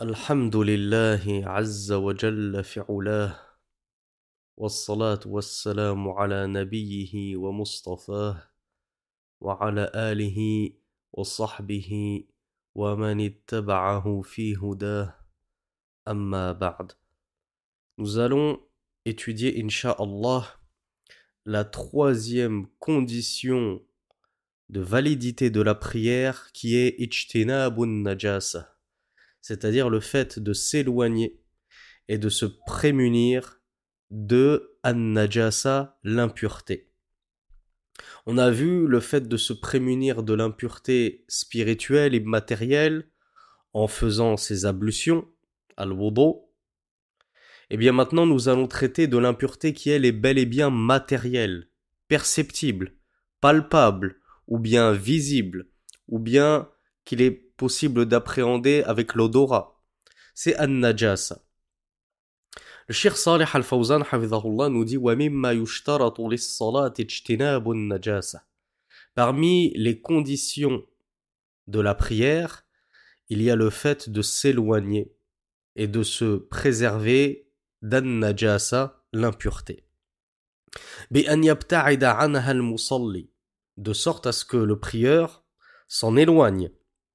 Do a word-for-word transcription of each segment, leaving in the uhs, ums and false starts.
الحمد لله عز وجل في علاه والصلاة والسلام على نبيه ومصطفاه وعلى آله وصحبه ومن اتبعه في هداه أما بعد. Nous allons étudier, Inch'Allah, la troisième condition de validité de la prière qui est ijtinabun najasa, c'est-à-dire le fait de s'éloigner et de se prémunir de an-najasa, l'impureté. On a vu le fait de se prémunir de l'impureté spirituelle et matérielle en faisant ses ablutions, al-wudu. Et bien maintenant nous allons traiter de l'impureté qui elle est bel et bien matérielle, perceptible, palpable, ou bien visible, ou bien qu'il est possible d'appréhender avec l'odorat. C'est an-najasa. Le Cheikh Salih Al-Fawzan hafidhahullah nous dit wa mimma yushtaratu lis-salati ijtinabu an-najasa. Parmi les conditions de la prière, il y a le fait de s'éloigner et de se préserver d'an-najasa, l'impureté. Bi an yabta'ida anha al-musalli, de sorte à ce que le prieur s'en éloigne.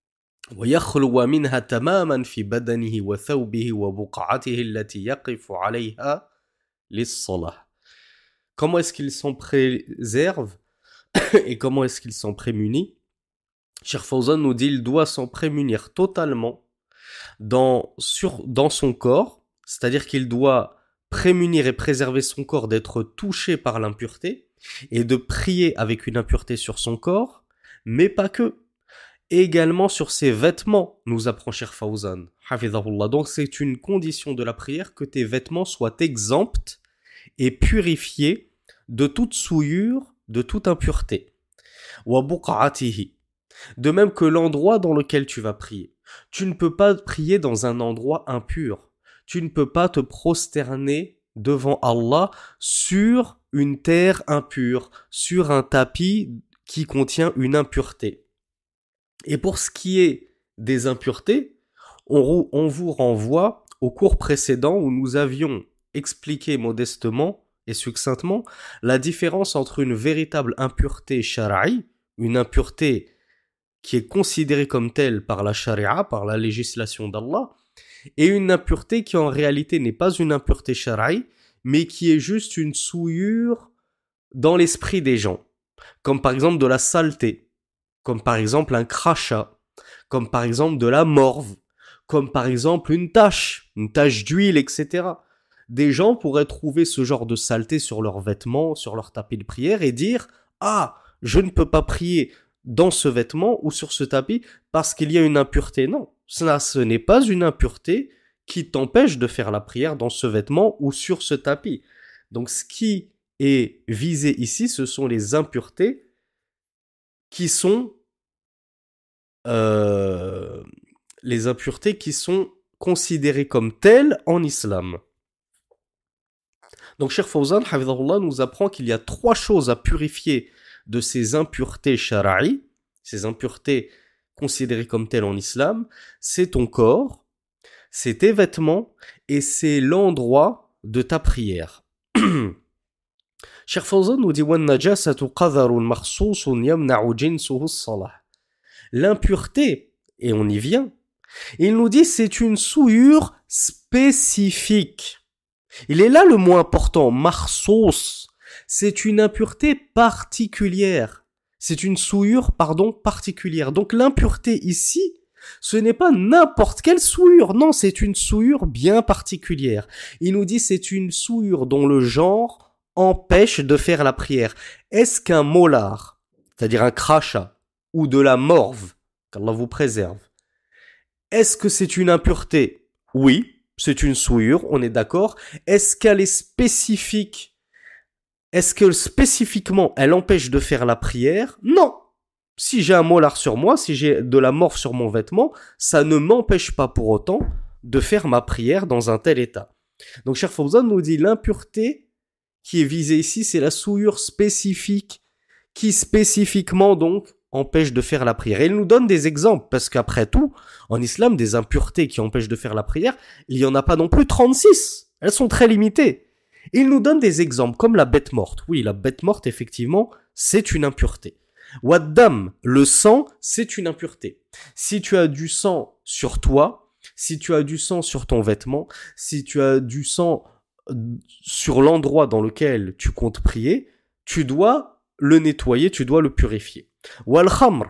ويخلو منها تماما في بدنه وثوبه وبقعته التي يقف عليها للصلاة. Comment est-ce qu'il s'en préserve et comment est-ce qu'il s'en prémunit? Cheikh Fawzan nous dit il doit s'en prémunir totalement dans, sur, dans son corps, c'est-à-dire qu'il doit prémunir et préserver son corps d'être touché par l'impureté et de prier avec une impureté sur son corps, mais pas que. Également sur ses vêtements, nous apprend Cheikh Fawzan, hafidhahullah. Donc c'est une condition de la prière que tes vêtements soient exempts et purifiés de toute souillure, de toute impureté. Wa buq'atihi. De même que l'endroit dans lequel tu vas prier. Tu ne peux pas prier dans un endroit impur. Tu ne peux pas te prosterner devant Allah sur une terre impure, sur un tapis qui contient une impureté. Et pour ce qui est des impuretés, on, on vous renvoie au cours précédent où nous avions expliqué modestement et succinctement la différence entre une véritable impureté shara'i, une impureté qui est considérée comme telle par la sharia, par la législation d'Allah, et une impureté qui en réalité n'est pas une impureté shara'i, mais qui est juste une souillure dans l'esprit des gens, comme par exemple de la saleté, comme par exemple un crachat, comme par exemple de la morve, comme par exemple une tache, une tache d'huile, et cetera. Des gens pourraient trouver ce genre de saleté sur leurs vêtements, sur leur tapis de prière et dire « Ah, je ne peux pas prier dans ce vêtement ou sur ce tapis parce qu'il y a une impureté. » Non, cela, ce n'est pas une impureté qui t'empêche de faire la prière dans ce vêtement ou sur ce tapis. Donc ce qui est visé ici, ce sont les impuretés qui sont euh, les impuretés qui sont considérées comme telles en islam. Donc Cheikh Fawzan hafidhahullah nous apprend qu'il y a trois choses à purifier de ces impuretés shara'i, ces impuretés considérées comme telles en islam, c'est ton corps, c'est tes vêtements et c'est l'endroit de ta prière. Cheikh Fawzan nous dit وَالنَّجَاسَةُ قَذَرٌ مَخْصُوصٌ يَمْنَعُ جِنْسُهُ الصَّلَاةِ. L'impureté, et on y vient, il nous dit c'est une souillure spécifique. Il est là le mot important, makhsous. C'est une impureté particulière. C'est une souillure, pardon, particulière. Donc l'impureté ici, ce n'est pas n'importe quelle souillure. Non, c'est une souillure bien particulière. Il nous dit c'est une souillure dont le genre empêche de faire la prière. Est-ce qu'un molar, c'est-à-dire un crachat, ou de la morve, qu'Allah vous préserve, est-ce que c'est une impureté? Oui, c'est une souillure, on est d'accord. Est-ce qu'elle est spécifique? Est-ce que spécifiquement elle empêche de faire la prière? Non. Si j'ai un molar sur moi, si j'ai de la morve sur mon vêtement, ça ne m'empêche pas pour autant de faire ma prière dans un tel état. Donc Cheikh Fawzan nous dit l'impureté qui est visée ici, c'est la souillure spécifique qui spécifiquement donc empêche de faire la prière. Et il nous donne des exemples, parce qu'après tout, en islam, des impuretés qui empêchent de faire la prière, il y en a pas non plus trente-six. Elles sont très limitées. Il nous donne des exemples, comme la bête morte. Oui, la bête morte, effectivement, c'est une impureté. Waddam, le sang, c'est une impureté. Si tu as du sang sur toi, si tu as du sang sur ton vêtement, si tu as du sang sur l'endroit dans lequel tu comptes prier, tu dois le nettoyer, tu dois le purifier. Wal khamr,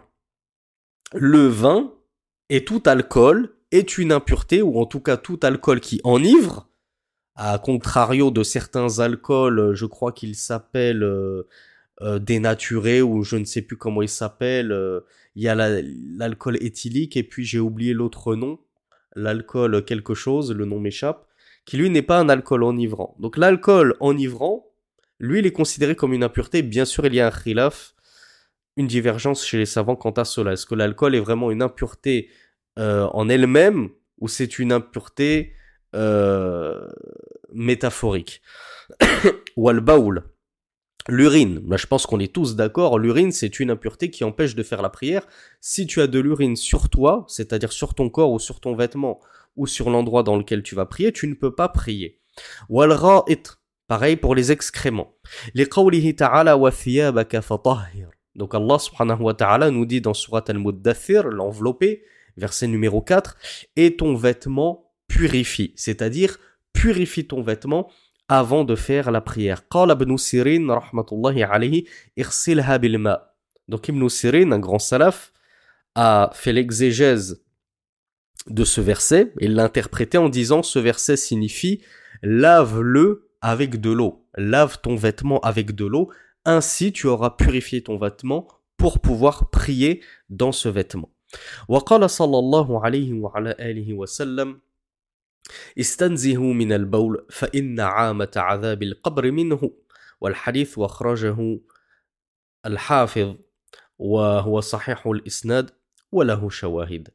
le vin et tout alcool est une impureté, ou en tout cas tout alcool qui enivre, à contrario de certains alcools, je crois qu'ils s'appellent euh, euh, dénaturés, ou je ne sais plus comment ils s'appellent. Euh, il y a la, l'alcool éthylique, et puis j'ai oublié l'autre nom, l'alcool quelque chose, le nom m'échappe, qui lui n'est pas un alcool enivrant. Donc l'alcool enivrant, lui, il est considéré comme une impureté. Bien sûr, il y a un khilaf, une divergence chez les savants quant à cela. Est-ce que l'alcool est vraiment une impureté euh, en elle-même, ou c'est une impureté euh, métaphorique? Ou al-baoul, l'urine. Là, je pense qu'on est tous d'accord, l'urine, c'est une impureté qui empêche de faire la prière. Si tu as de l'urine sur toi, c'est-à-dire sur ton corps ou sur ton vêtement, ou sur l'endroit dans lequel tu vas prier, tu ne peux pas prier. Ou al-ra'it, pareil pour les excréments. Liqawlihi ta'ala wa thiyabaka fatahhir. Donc Allah subhanahu wa ta'ala nous dit dans surat al-Muddathir, l'enveloppé, verset numéro quatre, et ton vêtement purifie, c'est-à-dire purifie ton vêtement avant de faire la prière. Qala ibn Sirin rahmatullahi alayhi irsilha bil ma. Donc Ibn Sirin, un grand salaf, a fait l'exégèse de ce verset et l'a interprété en disant ce verset signifie lave-le avec de l'eau, lave ton vêtement avec de l'eau, ainsi tu auras purifié ton vêtement pour pouvoir prier dans ce vêtement. وقال صلى الله عليه وعلى آله وسلم استنزهوا من البول فإن عامة عذاب القبر منه والحديث وأخرجه الحافظ وهو صحيح الإسناد وله شواهد.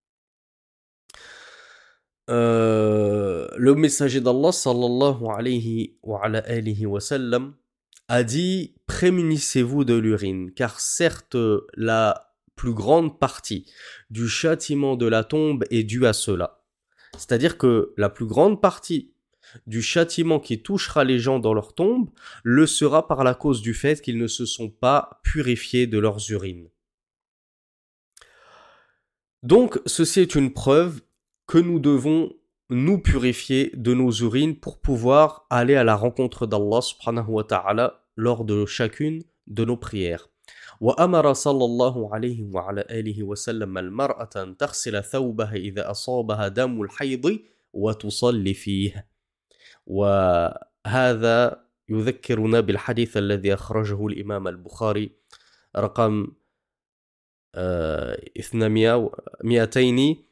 Euh, le messager d'Allah sallallahu alayhi wa ala alihi wa sallam a dit « Prémunissez-vous de l'urine, car certes la plus grande partie du châtiment de la tombe est due à cela. » C'est-à-dire que la plus grande partie du châtiment qui touchera les gens dans leur tombe le sera par la cause du fait qu'ils ne se sont pas purifiés de leurs urines. Donc, ceci est une preuve que nous devons nous purifier de nos urines pour pouvoir aller à la rencontre d'Allah subhanahu wa ta'ala lors de chacune de nos prières. وأمر صلى الله عليه وعلى آله وسلم المرأة أن تغسل ثوبها إذا أصابها دم الحيض وتصلي فيه. وهذا يذكرنا بالحديث الذي أخرجه الإمام البخاري رقم اثنمائتين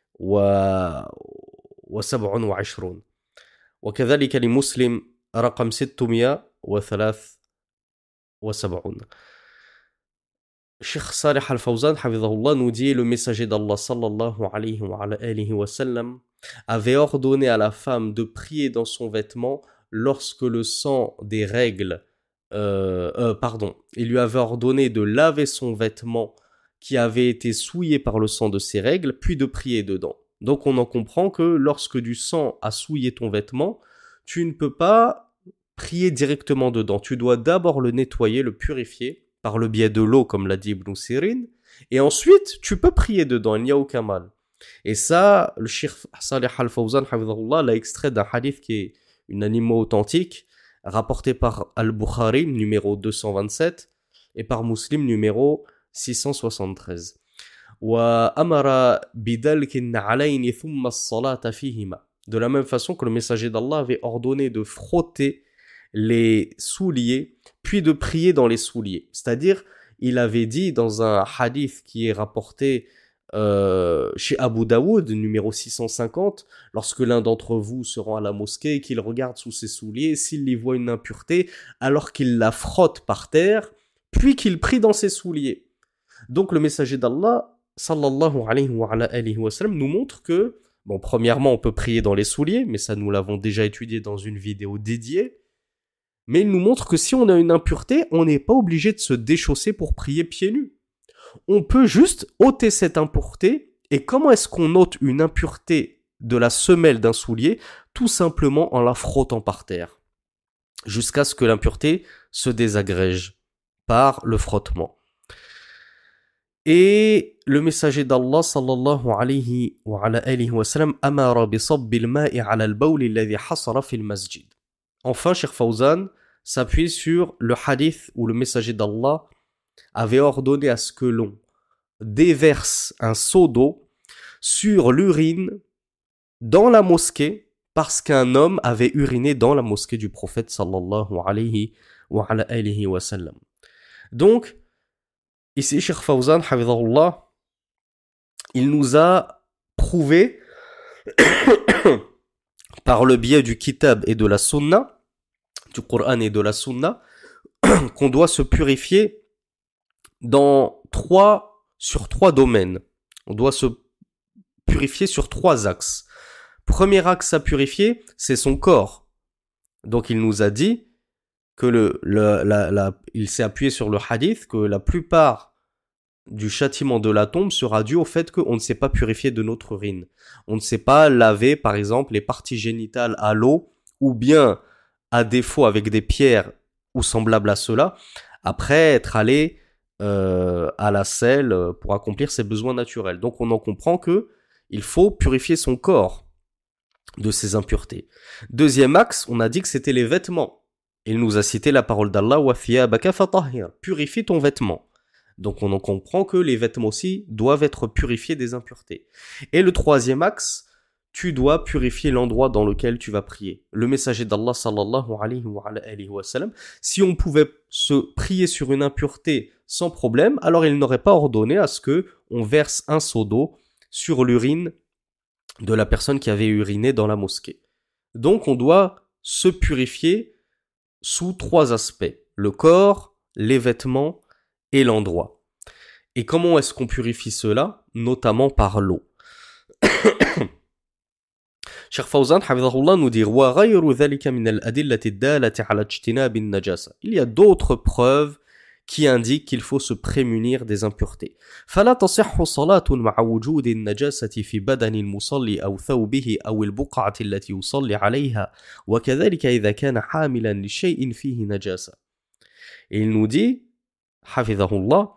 وسبع وعشرون وكذلك لمسلم رقم ستمائة وثلاث وسبعون. Cheikh Salih Al-Fawzan hafidhahullah nous dit le messager d'Allah sallallahu alayhi wa alihi wa sallam avait ordonné à la femme de prier dans son vêtement lorsque le sang des règles euh, euh, pardon, il lui avait ordonné de laver son vêtement qui avait été souillé par le sang de ses règles, puis de prier dedans. Donc on en comprend que lorsque du sang a souillé ton vêtement, tu ne peux pas prier directement dedans. Tu dois d'abord le nettoyer, le purifier, par le biais de l'eau, comme l'a dit Ibn Sirin, et ensuite, tu peux prier dedans, il n'y a aucun mal. Et ça, le Cheikh Salih Al-Fawzan, hafidhahullah, l'a extrait d'un hadith qui est unanimement authentique, rapporté par Al-Bukhari, numéro deux cent vingt-sept, et par Muslim, numéro six cent soixante-treize. وَأَمَرَ بِدَلْكِ النَّعْلَيْنِ ثُمَّ الصَّلَاةَ فِيهِمَا. De la même façon que le messager d'Allah avait ordonné de frotter les souliers, puis de prier dans les souliers. C'est-à-dire, il avait dit dans un hadith qui est rapporté euh, chez Abu Daoud, numéro six cent cinquante, lorsque l'un d'entre vous se rend à la mosquée et qu'il regarde sous ses souliers, s'il y voit une impureté, alors qu'il la frotte par terre, puis qu'il prie dans ses souliers. Donc le messager d'Allah, sallallahu alayhi wa alihi wa sallam, nous montre que, bon, premièrement, on peut prier dans les souliers, mais ça nous l'avons déjà étudié dans une vidéo dédiée. Mais il nous montre que si on a une impureté, on n'est pas obligé de se déchausser pour prier pieds nus. on peut juste ôter cette impureté. Et comment est-ce qu'on ôte une impureté de la semelle d'un soulier? Tout simplement en la frottant par terre, jusqu'à ce que l'impureté se désagrège par le frottement. Et le messager d'Allah sallallahu alayhi wa ala alihi wa sallam amara bi sabbil ma'i ala al-bawl alladhi hasara fi al-masjid. Enfin, Cheikh Fawzan s'appuie sur le hadith où le messager d'Allah avait ordonné à ce que l'on déverse un seau d'eau sur l'urine dans la mosquée parce qu'un homme avait uriné dans la mosquée du prophète sallallahu alayhi wa ala alihi wa sallam. Donc, ici, Cheikh Fawzan, hafidhahullah, il nous a prouvé par le biais du kitab et de la sunna, du Coran et de la sunna, qu'on doit se purifier dans trois, sur trois domaines. On doit se purifier sur trois axes. Premier axe à purifier, c'est son corps. Donc il nous a dit que le, le la, la, il s'est appuyé sur le hadith que la plupart du châtiment de la tombe sera dû au fait qu'on ne s'est pas purifié de notre urine. On ne s'est pas lavé, par exemple, les parties génitales à l'eau, ou bien, à défaut, avec des pierres ou semblables à cela, après être allé euh, à la selle pour accomplir ses besoins naturels. Donc on en comprend que il faut purifier son corps de ses impuretés. Deuxième axe, on a dit que c'était les vêtements. Il nous a cité la parole d'Allah, wa thiyabaka fatahhir, purifie ton vêtement. Donc on en comprend que les vêtements aussi doivent être purifiés des impuretés. Et le troisième axe, tu dois purifier l'endroit dans lequel tu vas prier. Le messager d'Allah sallallahu alayhi wa alihi wa sallam, si on pouvait se prier sur une impureté sans problème, alors il n'aurait pas ordonné à ce que on verse un seau d'eau sur l'urine de la personne qui avait uriné dans la mosquée. Donc on doit se purifier sous trois aspects: le corps, les vêtements et l'endroit. Et comment est-ce qu'on purifie cela? Notamment par l'eau. Cheikh Fawzan hafidhahullah nous dit wa ghayru dhalika min al-adillati ad-dallati ala ijtinab an-najasa. Il y a d'autres preuves qui indiquent qu'il faut se prémunir des impuretés. فلا تصح صلاة مع وجود النجاسة في بدن المصلي أو ثوبه أو البقعة التي يصلي عليها وكذلك إذا كان حاملا لشيء فيه نجاسة. Et il nous dit hafidhahullah,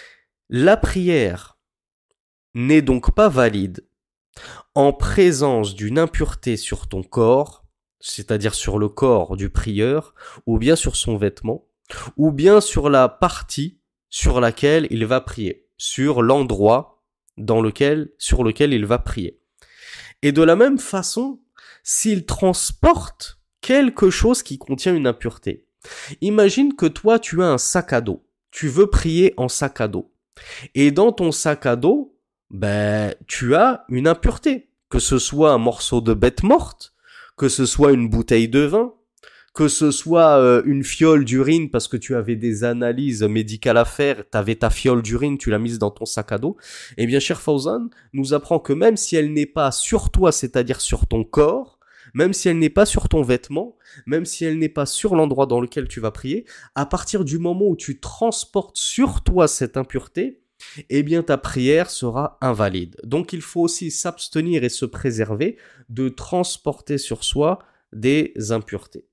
la prière n'est donc pas valide en présence d'une impureté sur ton corps, c'est-à-dire sur le corps du prieur, ou bien sur son vêtement, ou bien sur la partie sur laquelle il va prier, sur l'endroit dans lequel, sur lequel il va prier. Et de la même façon, s'il transporte quelque chose qui contient une impureté. Imagine que toi, tu as un sac à dos. Tu veux prier en sac à dos. Et dans ton sac à dos, ben, tu as une impureté. Que ce soit un morceau de bête morte, que ce soit une bouteille de vin, que ce soit euh, une fiole d'urine parce que tu avais des analyses médicales à faire, tu avais ta fiole d'urine, tu l'as mise dans ton sac à dos. Eh bien, Cheikh Fawzan nous apprend que même si elle n'est pas sur toi, c'est-à-dire sur ton corps, même si elle n'est pas sur ton vêtement, même si elle n'est pas sur l'endroit dans lequel tu vas prier, à partir du moment où tu transportes sur toi cette impureté, eh bien ta prière sera invalide. Donc il faut aussi s'abstenir et se préserver de transporter sur soi des impuretés.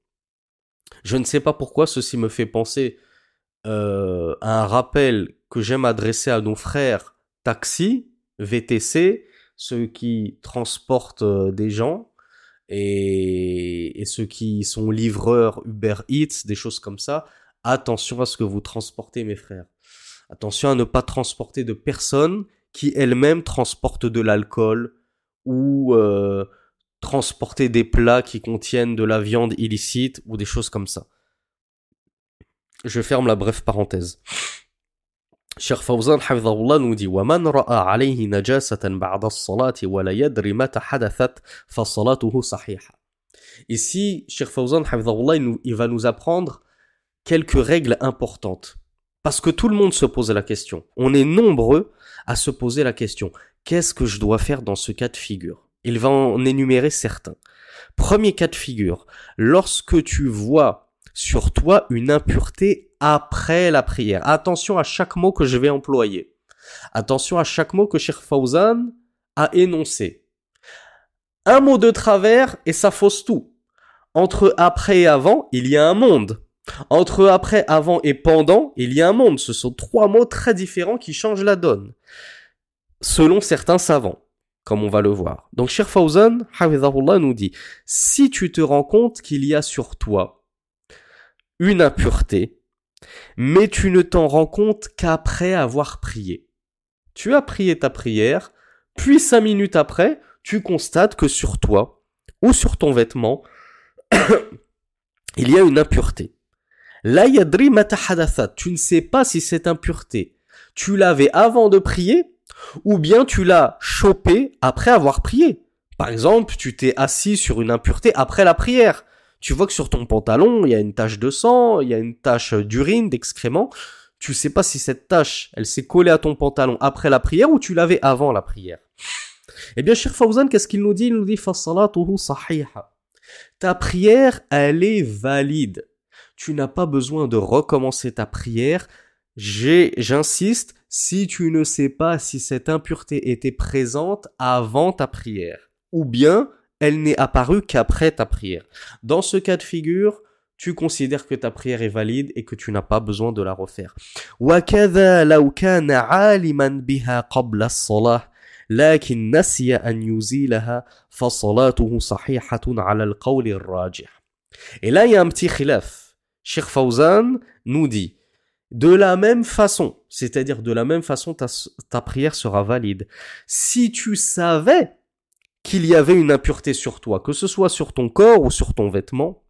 Je ne sais pas pourquoi ceci me fait penser euh, à un rappel que j'aime adresser à nos frères taxi, V T C, ceux qui transportent euh, des gens, et, et ceux qui sont livreurs Uber Eats, des choses comme ça. Attention à ce que vous transportez, mes frères. Attention à ne pas transporter de personnes qui elles-mêmes transportent de l'alcool ou euh, transporter des plats qui contiennent de la viande illicite ou des choses comme ça. Je ferme la brève parenthèse. Cheikh Fawzan hafidhahullah nous dit وَمَنْ رَأَى عَلَيْهِ نَجَاسَةً بَعْدَ الصَّلَاةِ وَلَا يَدْرِ مَتَى حَدَثَتْ فَصَلَاتُهُ صَحِيحَةٌ. Ici, Cheikh Fawzan hafidhahullah, il, nous, il va nous apprendre quelques règles importantes. Parce que tout le monde se pose la question. On est nombreux à se poser la question. Qu'est-ce que je dois faire dans ce cas de figure? Il va en énumérer certains. Premier cas de figure. Lorsque tu vois sur toi une impureté après la prière. Attention à chaque mot que je vais employer. Attention à chaque mot que Cheikh Fawzan a énoncé. Un mot de travers et ça fausse tout. Entre après et avant, il y a un monde. Entre après, avant et pendant, il y a un monde. Ce sont trois mots très différents qui changent la donne, selon certains savants, comme on va le voir. Donc Cheikh Fawzan, hafidhahullah, nous dit, si tu te rends compte qu'il y a sur toi une impureté, mais tu ne t'en rends compte qu'après avoir prié. Tu as prié ta prière, puis cinq minutes après, tu constates que sur toi, ou sur ton vêtement, il y a une impureté. La yadri mata hadathat, tu ne sais pas si cette impureté, tu l'avais avant de prier, ou bien tu l'as chopée après avoir prié. Par exemple, tu t'es assis sur une impureté après la prière. Tu vois que sur ton pantalon, il y a une tache de sang, il y a une tache d'urine, d'excréments. Tu sais pas si cette tache, elle s'est collée à ton pantalon après la prière ou tu l'avais avant la prière. Eh bien, Cheikh Fawzan, qu'est-ce qu'il nous dit? Il nous dit, فَصَلَاتُهُ صَحِيحًا. Ta prière, elle est valide. Tu n'as pas besoin de recommencer ta prière. J'ai, j'insiste, si tu ne sais pas si cette impureté était présente avant ta prière, ou bien elle n'est apparue qu'après ta prière. Dans ce cas de figure, tu considères que ta prière est valide et que tu n'as pas besoin de la refaire. وَكَذَا لَوْ كَانَ عَالِمًا بِهَا قَبْلَ الصَّلَاةِ لكن نسي أن يزيلها فصلاته صحيحة على القول الراجح. Et là, il y a un petit khilaf. Cheikh Fawzan nous dit, de la même façon, c'est-à-dire de la même façon, ta, ta prière sera valide. Si tu savais qu'il y avait une impureté sur toi, que ce soit sur ton corps ou sur ton vêtement,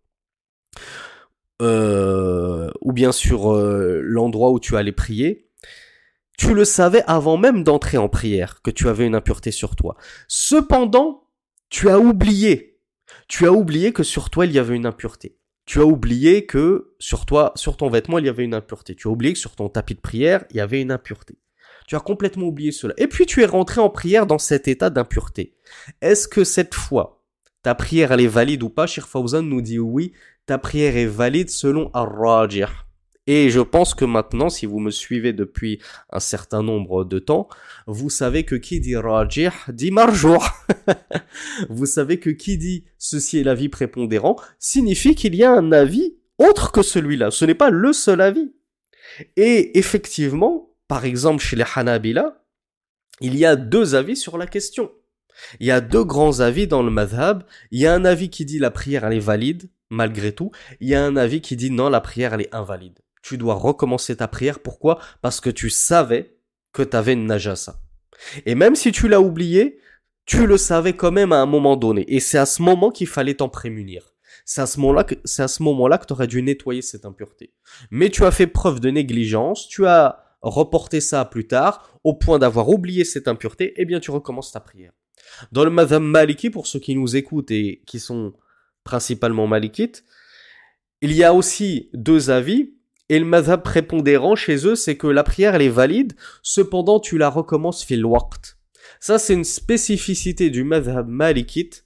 euh, ou bien sur euh, l'endroit où tu allais prier, tu le savais avant même d'entrer en prière que tu avais une impureté sur toi. Cependant, tu as oublié. Tu as oublié que sur toi, il y avait une impureté. Tu as oublié que sur toi, sur ton vêtement, il y avait une impureté. Tu as oublié que sur ton tapis de prière, il y avait une impureté. Tu as complètement oublié cela. Et puis, tu es rentré en prière dans cet état d'impureté. Est-ce que cette fois, ta prière, elle est valide ou pas? Cheikh Fawzan nous dit oui, ta prière est valide selon Ar-Rajih. Et je pense que maintenant, si vous me suivez depuis un certain nombre de temps, vous savez que qui dit rajih dit marjouh. Vous savez que qui dit ceci est l'avis prépondérant signifie qu'il y a un avis autre que celui-là. Ce n'est pas le seul avis. Et effectivement, par exemple chez les Hanabila, il y a deux avis sur la question. Il y a deux grands avis dans le madhab. Il y a un avis qui dit la prière elle est valide, malgré tout. Il y a un avis qui dit non, la prière elle est invalide. Tu dois recommencer ta prière. Pourquoi? Parce que tu savais que tu avais une najasa. Et même si tu l'as oublié, tu le savais quand même à un moment donné. Et c'est à ce moment qu'il fallait t'en prémunir. C'est à ce moment-là que, c'est à ce moment-là que tu aurais dû nettoyer cette impureté. Mais tu as fait preuve de négligence, tu as reporté ça à plus tard, au point d'avoir oublié cette impureté, eh bien tu recommences ta prière. Dans le madhab maliki, pour ceux qui nous écoutent et qui sont principalement malikites, il y a aussi deux avis. Et le madhab prépondérant chez eux, c'est que la prière, elle est valide, cependant tu la recommences fil waqt. Ça, c'est une spécificité du madhab malikite.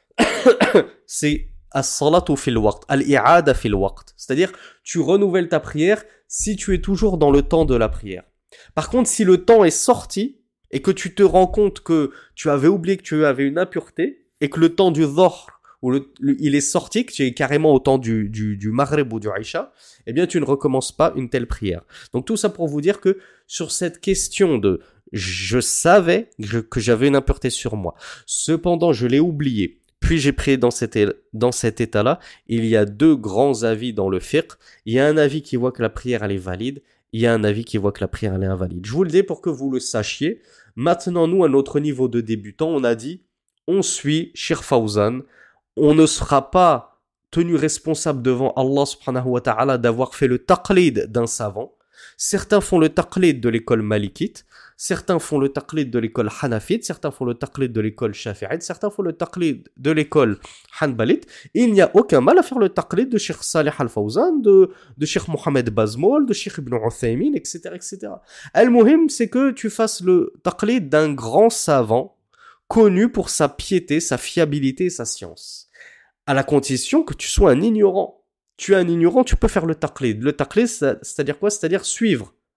C'est as-salatu fil waqt, al-i'ada fil waqt. C'est-à-dire, tu renouvelles ta prière si tu es toujours dans le temps de la prière. Par contre, si le temps est sorti et que tu te rends compte que tu avais oublié que tu avais une impureté et que le temps du dhuhr où le, le, il est sorti, que tu es carrément au temps du, du, du Maghrib ou du Aïcha, eh bien tu ne recommences pas une telle prière. Donc tout ça pour vous dire que sur cette question de je savais que, je, que j'avais une impureté sur moi, cependant je l'ai oublié, puis j'ai prié dans cet, dans cet état-là, il y a deux grands avis dans le fiqh. Il y a un avis qui voit que la prière elle est valide, il y a un avis qui voit que la prière elle est invalide. Je vous le dis pour que vous le sachiez. Maintenant nous à notre niveau de débutant, on a dit on suit Cheikh Fawzan. On ne sera pas tenu responsable devant Allah subhanahu wa ta'ala d'avoir fait le taqlid d'un savant. Certains font le taqlid de l'école malikite, certains font le taqlid de l'école hanafite, certains font le taqlid de l'école shafi'ite, certains font le taqlid de l'école hanbalite. Il n'y a aucun mal à faire le taqlid de Cheikh Salih al-Fawzan, de, de Cheikh Mohamed Bazmoul, de Cheikh Ibn Uthaymin, et cetera, et cetera. Al-Muhim, c'est que tu fasses le taqlid d'un grand savant, connu pour sa piété, sa fiabilité et sa science. À la condition que tu sois un ignorant. Tu es un ignorant, tu peux faire le taqlid. Le taqlid, c'est-à-dire quoi? C'est-à-dire suivre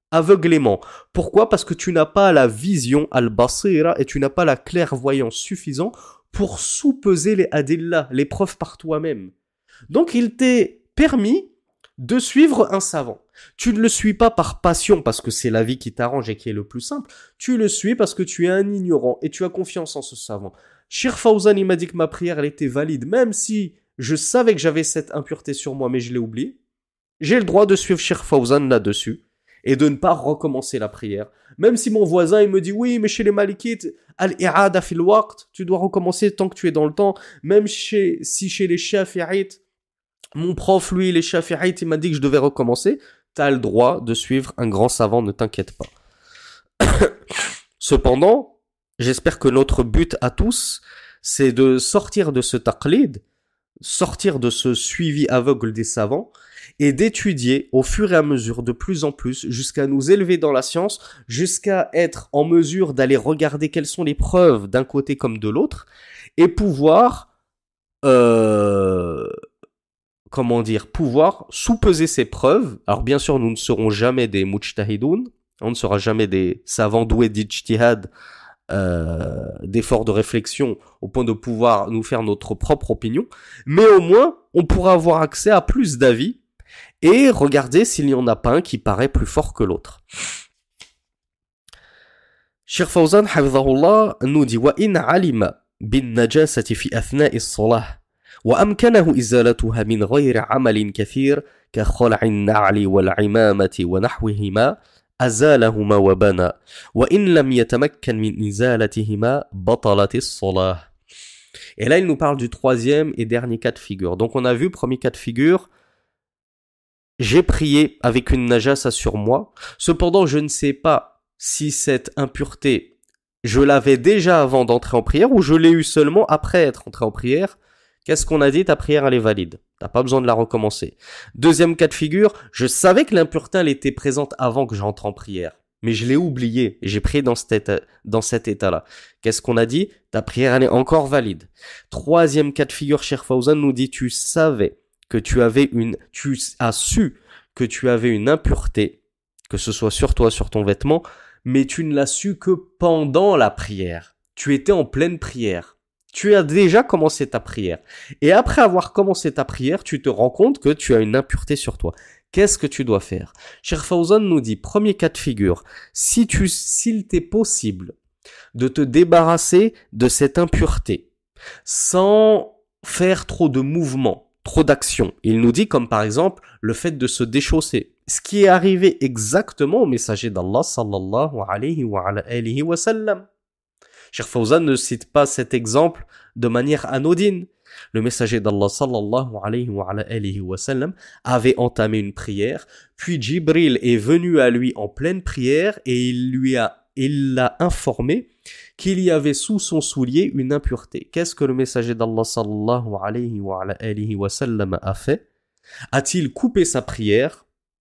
aveuglément. Pourquoi? Parce que tu n'as pas la vision al-basira et tu n'as pas la clairvoyance suffisante pour sous-peser les adillah, les preuves par toi-même. Donc il t'est permis de suivre un savant. Tu ne le suis pas par passion parce que c'est la vie qui t'arrange et qui est le plus simple. Tu le suis parce que tu es un ignorant et tu as confiance en ce savant. Cheikh Fawzan, il m'a dit que ma prière, elle était valide, même si je savais que j'avais cette impureté sur moi, mais je l'ai oublié. J'ai le droit de suivre Cheikh Fawzan là-dessus et de ne pas recommencer la prière. Même si mon voisin, il me dit, oui, mais chez les Malikites, al-i'ada fil waqt, tu dois recommencer tant que tu es dans le temps. Même chez, si chez les Shafi'ites, mon prof, lui, les Shafi'ites, il m'a dit que je devais recommencer. T'as le droit de suivre un grand savant, ne t'inquiète pas. Cependant, j'espère que notre but à tous, c'est de sortir de ce taqlid, sortir de ce suivi aveugle des savants, et d'étudier au fur et à mesure de plus en plus jusqu'à nous élever dans la science, jusqu'à être en mesure d'aller regarder quelles sont les preuves d'un côté comme de l'autre, et pouvoir... Euh, comment dire, pouvoir sous-peser ces preuves. Alors bien sûr, nous ne serons jamais des mujtahidoun, on ne sera jamais des savants doués d'ijtihad, euh, d'efforts de réflexion, au point de pouvoir nous faire notre propre opinion, mais au moins, on pourra avoir accès à plus d'avis, et regarder s'il n'y en a pas un qui paraît plus fort que l'autre. Cheikh Fawzan, hafidhahullah, nous dit « Wa in alima bin najasati fi athna'i as-salah » وأمكنه إزالتها من غير عمل كثير كخلع النعل والعمامة ونحوهما أزالهما وبنى وإن لم يتمكن من إزالتهما بطلت الصلاة. Et là, il nous parle du troisième et dernier cas de figure. Donc, on a vu, premier cas de figure, j'ai prié avec une najasa sur moi. Cependant, je ne sais pas si cette impureté, je l'avais déjà avant d'entrer en prière ou je l'ai eu seulement après être entré en prière. Qu'est-ce qu'on a dit? Ta prière, elle est valide. T'as pas besoin de la recommencer. Deuxième cas de figure, je savais que l'impureté, elle était présente avant que j'entre en prière. Mais je l'ai oublié et j'ai prié dans cet état, dans cet état-là. Qu'est-ce qu'on a dit? Ta prière, elle est encore valide. Troisième cas de figure, Cheikh Fawzan nous dit, tu savais que tu avais une, tu as su que tu avais une impureté, que ce soit sur toi, sur ton vêtement, mais tu ne l'as su que pendant la prière. Tu étais en pleine prière. Tu as déjà commencé ta prière. Et après avoir commencé ta prière, tu te rends compte que tu as une impureté sur toi. Qu'est-ce que tu dois faire? Cheikh Fawzan nous dit, premier cas de figure, si tu, s'il t'est possible de te débarrasser de cette impureté sans faire trop de mouvements, trop d'actions. Il nous dit comme par exemple le fait de se déchausser. Ce qui est arrivé exactement au messager d'Allah sallallahu alayhi wa ala alihi wa sallam. Cheikh Fawzan ne cite pas cet exemple de manière anodine. Le messager d'Allah sallallahu alayhi wa ala alihi wa sallam avait entamé une prière, puis Jibril est venu à lui en pleine prière et il lui a, il l'a informé qu'il y avait sous son soulier une impureté. Qu'est-ce que le messager d'Allah sallallahu alayhi wa ala alihi wa sallam a fait? A-t-il coupé sa prière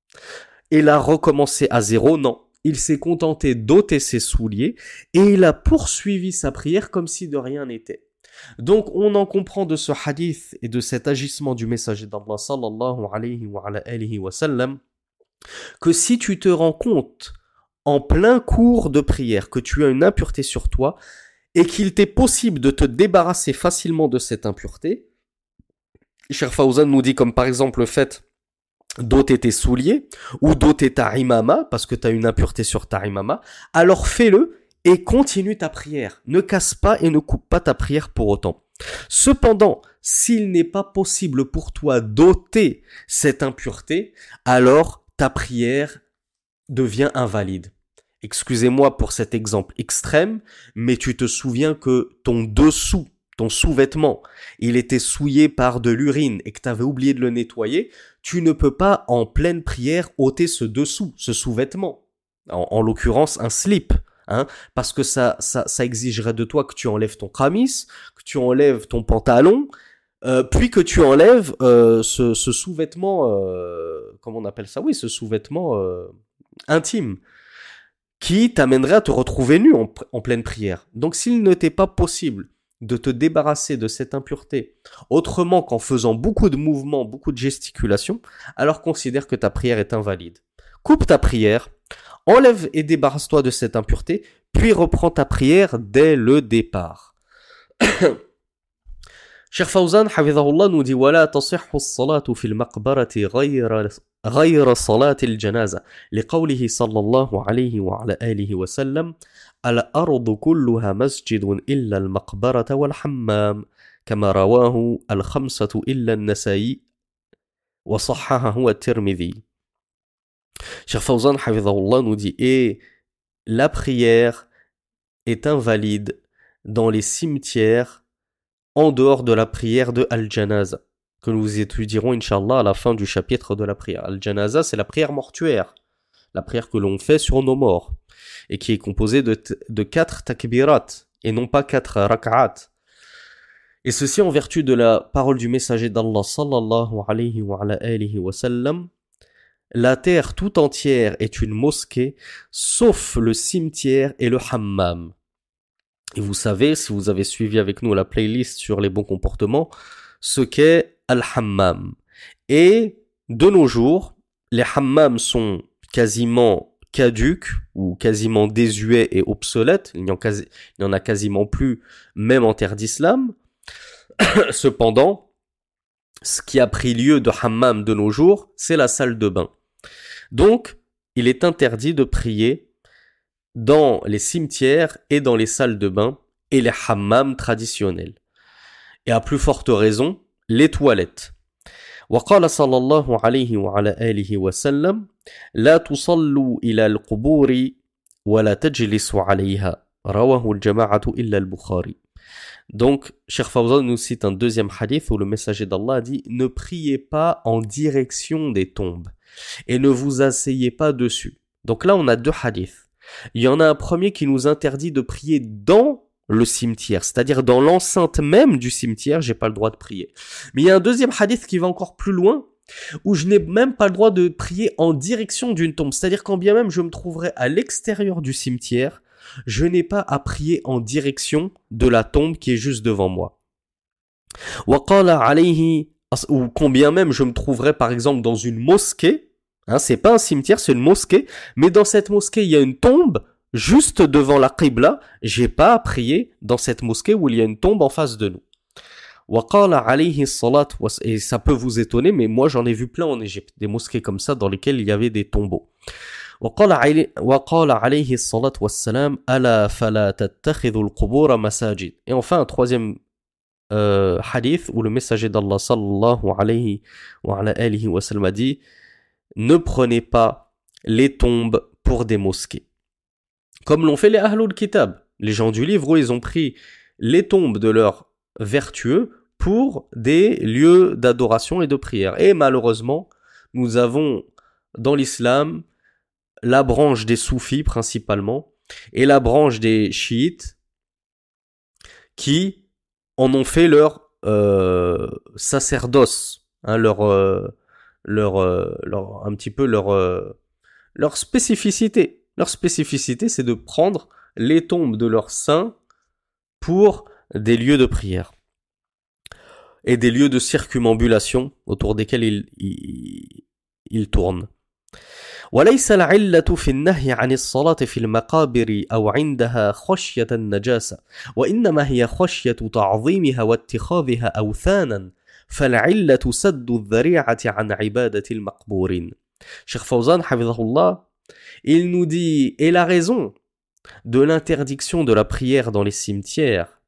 et l'a recommencé à zéro? Non. Il s'est contenté d'ôter ses souliers et il a poursuivi sa prière comme si de rien n'était. Donc on en comprend de ce hadith et de cet agissement du messager d'Allah sallallahu alayhi wa ala alihi wa sallam que si tu te rends compte en plein cours de prière que tu as une impureté sur toi et qu'il t'est possible de te débarrasser facilement de cette impureté, Cheikh Fawzan nous dit comme par exemple le fait d'ôter tes souliers ou d'ôter ta imama parce que tu as une impureté sur ta imama, alors fais-le et continue ta prière. Ne casse pas et ne coupe pas ta prière pour autant. Cependant, s'il n'est pas possible pour toi d'ôter cette impureté, alors ta prière devient invalide. Excusez-moi pour cet exemple extrême, mais tu te souviens que ton dessous, ton sous-vêtement, il était souillé par de l'urine et que tu avais oublié de le nettoyer, tu ne peux pas en pleine prière ôter ce dessous, ce sous-vêtement. En, en l'occurrence, un slip. Hein, parce que ça, ça, ça exigerait de toi que tu enlèves ton khamis, que tu enlèves ton pantalon, euh, puis que tu enlèves euh, ce, ce sous-vêtement, euh, comment on appelle ça? Oui, ce sous-vêtement euh, intime, qui t'amènerait à te retrouver nu en, en pleine prière. Donc s'il ne t'est pas possible de te débarrasser de cette impureté autrement qu'en faisant beaucoup de mouvements, beaucoup de gesticulations, alors considère que ta prière est invalide. Coupe ta prière, enlève et débarrasse-toi de cette impureté, puis reprends ta prière dès le départ. Cheikh Fawzan, hafidhahullah, nous dit ولا تصح الصلاة في المقبرة غير غير صلاة الجنازة لقوله صلى الله عليه وعلى آله وسلم الأرض كلها مسجد إلا المقبرة والحمام كما رواه الخمسة إلا النسائي وصححه الترمذي. Cheikh Fawzan, hafidhahullah, nous dit et la prière est invalide dans les cimetières en dehors de la prière de Al-Janaza, que nous étudierons, Inch'Allah, à la fin du chapitre de la prière. Al-Janaza, c'est la prière mortuaire, la prière que l'on fait sur nos morts, et qui est composée de, t- de quatre takbirat, et non pas quatre rak'at. Et ceci en vertu de la parole du messager d'Allah, sallallahu alayhi wa ala alihi wa sallam, la terre tout entière est une mosquée, sauf le cimetière et le hammam. Et vous savez, si vous avez suivi avec nous la playlist sur les bons comportements, ce qu'est al-hammam. Et de nos jours, les hammams sont quasiment caducs ou quasiment désuets et obsolètes. Il n'y en, quasi, il n'y en a quasiment plus, même en terre d'islam. Cependant, ce qui a pris lieu de hammam de nos jours, c'est la salle de bain. Donc, il est interdit de prier dans les cimetières et dans les salles de bain et les hammams traditionnels. Et à plus forte raison, les toilettes. وقال صلى الله عليه وعلى آله وسلم لا تصلوا إلى القبور ولا تجلسوا عليها رواه الجماعة إلا البخاري. Donc, Cheikh Fawzan nous cite un deuxième hadith où le messager d'Allah dit « Ne priez pas en direction des tombes et ne vous asseyez pas dessus. » Donc là, on a deux hadiths. Il y en a un premier qui nous interdit de prier dans le cimetière, c'est-à-dire dans l'enceinte même du cimetière, j'ai pas le droit de prier. Mais il y a un deuxième hadith qui va encore plus loin, où je n'ai même pas le droit de prier en direction d'une tombe. C'est-à-dire quand bien même je me trouverais à l'extérieur du cimetière, je n'ai pas à prier en direction de la tombe qui est juste devant moi. وقال عليه, ou combien même je me trouverais par exemple dans une mosquée, hein, c'est pas un cimetière, c'est une mosquée, mais dans cette mosquée il y a une tombe juste devant la qibla, j'ai pas à prier dans cette mosquée où il y a une tombe en face de nous. وقال عليه الصلاة was, et ça peut vous étonner, mais moi j'en ai vu plein en Égypte, des mosquées comme ça dans lesquelles il y avait des tombeaux. وقال عليه, وقال عليه الصلاة والسلام ألا فلا تتخذوا القبور مساجد. Et enfin un troisième euh, hadith où le messager d'Allah sallallahu alayhi wa ala alihi wa sallam a dit ne prenez pas les tombes pour des mosquées. Comme l'ont fait les Ahlul Kitab, les gens du livre où ils ont pris les tombes de leurs vertueux pour des lieux d'adoration et de prière. Et malheureusement, nous avons dans l'islam la branche des soufis principalement et la branche des chiites qui en ont fait leur euh, sacerdoce, hein, leur, euh, leur, euh, leur, un petit peu leur, euh, leur spécificité. Leur spécificité, c'est de prendre les tombes de leurs saints pour des lieux de prière et des lieux de circumambulation autour desquels ils, ils, ils tournent. وليس العلة في النهي عن الصلاة في المقابر أو عندها خشية النجاسة وإنما هي خشية تعظيمها واتخاذها أوثانا فالعلة سد الذريعة عن عبادة المقبورين. Cheikh Fawzan, hafidhahullah, il nous dit, et la raison de l'interdiction de la prière dans les cimetières,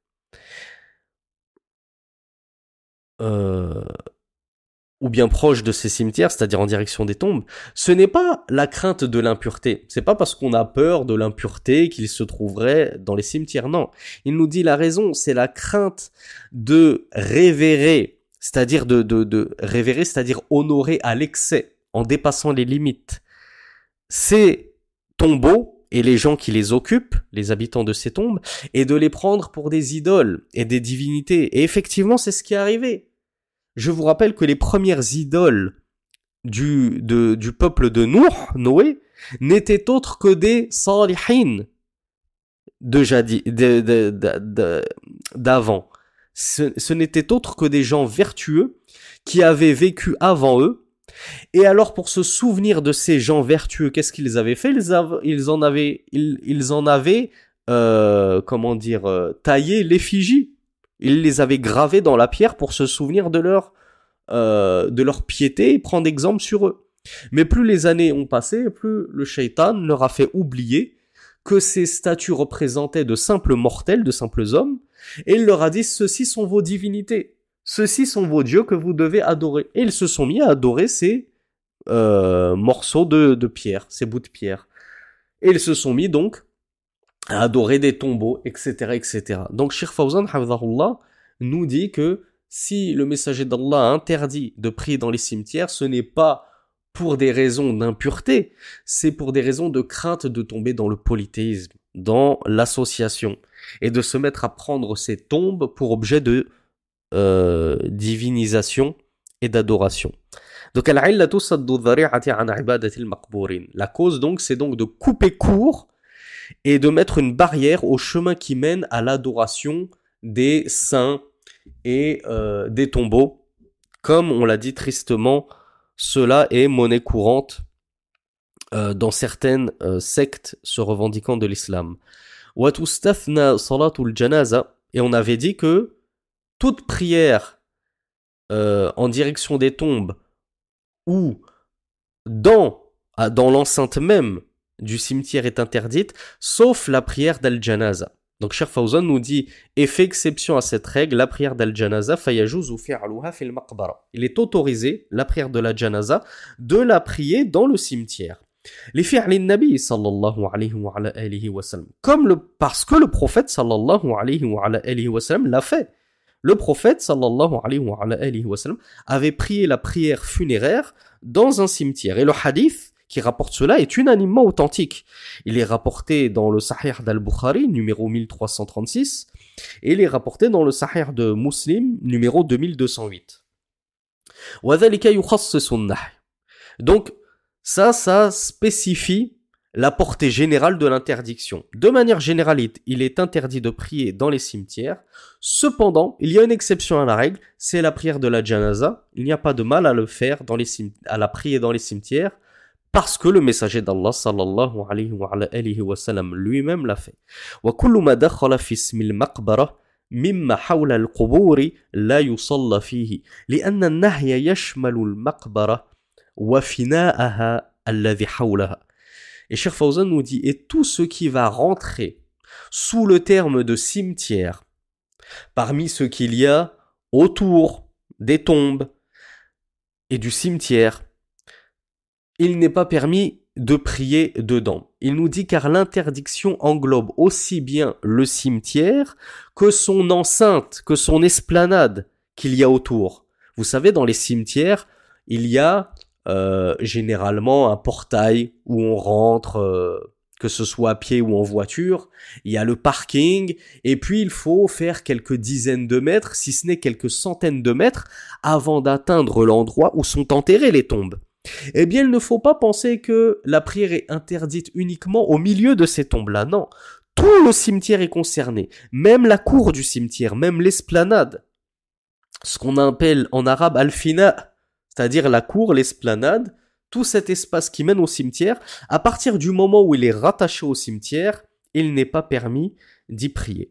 euh, ou bien proche de ces cimetières, c'est-à-dire en direction des tombes, ce n'est pas la crainte de l'impureté. C'est pas parce qu'on a peur de l'impureté qu'il se trouverait dans les cimetières. Non. Il nous dit la raison, c'est la crainte de révérer, c'est-à-dire de, de, de révérer, c'est-à-dire honorer à l'excès, en dépassant les limites. Ces tombeaux et les gens qui les occupent, les habitants de ces tombes, et de les prendre pour des idoles et des divinités. Et effectivement, c'est ce qui est arrivé. Je vous rappelle que les premières idoles du, de, du peuple de Nuh, Noé, n'étaient autres que des salihin de jadi, de, de, de, de, d'avant. Ce, ce n'étaient autres que des gens vertueux qui avaient vécu avant eux Et alors, pour se souvenir de ces gens vertueux, qu'est-ce qu'ils avaient fait? Ils, av- ils en avaient, ils, ils en avaient, euh, comment dire, euh, taillé l'effigie. Ils les avaient gravés dans la pierre pour se souvenir de leur, euh, de leur piété et prendre exemple sur eux. Mais plus les années ont passé, plus le shaitan leur a fait oublier que ces statues représentaient de simples mortels, de simples hommes, et il leur a dit, ceux-ci sont vos divinités. Ceux-ci sont vos dieux que vous devez adorer. Et ils se sont mis à adorer ces euh, morceaux de, de pierre, ces bouts de pierre. Et ils se sont mis donc à adorer des tombeaux, et cetera, et cetera. Donc Cheikh Fawzan, hafidhahullah, nous dit que si le messager d'Allah a interdit de prier dans les cimetières, ce n'est pas pour des raisons d'impureté, c'est pour des raisons de crainte de tomber dans le polythéisme, dans l'association, et de se mettre à prendre ces tombes pour objet de euh, divinisation et d'adoration. Donc, la cause donc, c'est donc de couper court et de mettre une barrière au chemin qui mène à l'adoration des saints et euh, des tombeaux. Comme on l'a dit tristement, cela est monnaie courante euh, dans certaines euh, sectes se revendiquant de l'islam. Et on avait dit que toute prière euh, en direction des tombes ou dans, dans l'enceinte même du cimetière est interdite, sauf la prière d'al-janaza. Donc Cheikh Fawzan nous dit, et fait exception à cette règle, la prière d'al-janaza, fayajuzu fi'luha fil maqbara. Il est autorisé, la prière de la janaza, de la prier dans le cimetière. Les fi'lin nabi sallallahu alayhi wa ala alihi wa sallam. Comme le, parce que le prophète sallallahu alayhi wa ala alihi wa sallam l'a fait. Le prophète sallallahu alayhi wa ala alihi wa sallam avait prié la prière funéraire dans un cimetière. Et le hadith qui rapporte cela est unanimement authentique. Il est rapporté dans le Sahih d'Al-Bukhari, numéro mille trois cent trente-six, et il est rapporté dans le Sahih de Muslim, numéro deux mille deux cent huit. Donc, ça, ça spécifie la portée générale de l'interdiction. De manière générale, il est interdit de prier dans les cimetières. Cependant, il y a une exception à la règle, c'est la prière de la janaza. Il n'y a pas de mal à le faire, dans les cim- à la prier dans les cimetières, parce que le messager d'Allah sallallahu alayhi wa alihi wa sallam lui-même l'a fait. Wa kullu ma dakhala fi ismi al-maqbara mimma hawla al-qubur la yusalla fihi li'anna an-nahya yashmalu al-maqbara wa fina'aha alladhi hawlaha. Et Cheikh Fawzan nous dit, et tout ce qui va rentrer sous le terme de cimetière, parmi ce qu'il y a autour des tombes et du cimetière, il n'est pas permis de prier dedans. Il nous dit car l'interdiction englobe aussi bien le cimetière que son enceinte, que son esplanade qu'il y a autour. Vous savez, dans les cimetières, il y a euh, généralement un portail où on rentre, euh, que ce soit à pied ou en voiture. Il y a le parking et puis il faut faire quelques dizaines de mètres, si ce n'est quelques centaines de mètres, avant d'atteindre l'endroit où sont enterrées les tombes. Eh bien, il ne faut pas penser que la prière est interdite uniquement au milieu de ces tombes-là. Non, tout le cimetière est concerné, même la cour du cimetière, même l'esplanade, ce qu'on appelle en arabe al-fina, c'est-à-dire la cour, l'esplanade, tout cet espace qui mène au cimetière. À partir du moment où il est rattaché au cimetière, il n'est pas permis d'y prier.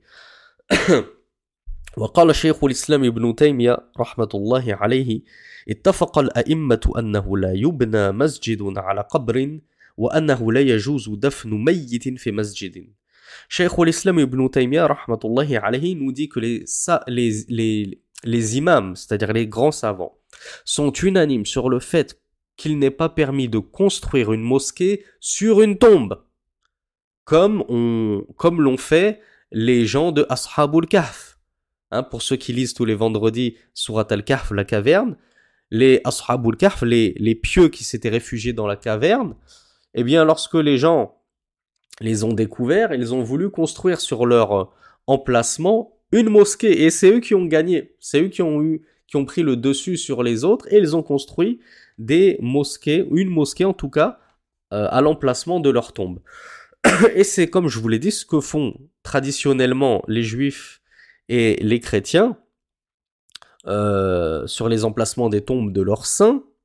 وقال شيخ الإسلام ابن تيمية رحمة الله عليه اتفق الأئمة أنه لا يبنى مسجد على قبر وأنه لا يجوز دفن ميت في مسجد. شيخ الإسلام ابن تيمية رحمة الله عليه nous dit que les, les, les, les imams, c'est-à-dire les grands savants, sont unanimes sur le fait qu'il n'est pas permis de construire une mosquée sur une tombe, comme, on, comme l'ont fait les gens de Ashabul Kahf. Hein, pour ceux qui lisent tous les vendredis Surat al-Kahf, la caverne, les Ashabul Kahf, les, les pieux qui s'étaient réfugiés dans la caverne, eh bien, lorsque les gens les ont découverts, ils ont voulu construire sur leur emplacement une mosquée, et c'est eux qui ont gagné, c'est eux qui ont eu, qui ont pris le dessus sur les autres, et ils ont construit des mosquées, une mosquée en tout cas, euh, à l'emplacement de leur tombe. Et c'est, comme je vous l'ai dit, ce que font traditionnellement les juifs et les chrétiens euh, sur les emplacements des tombes de leurs saints.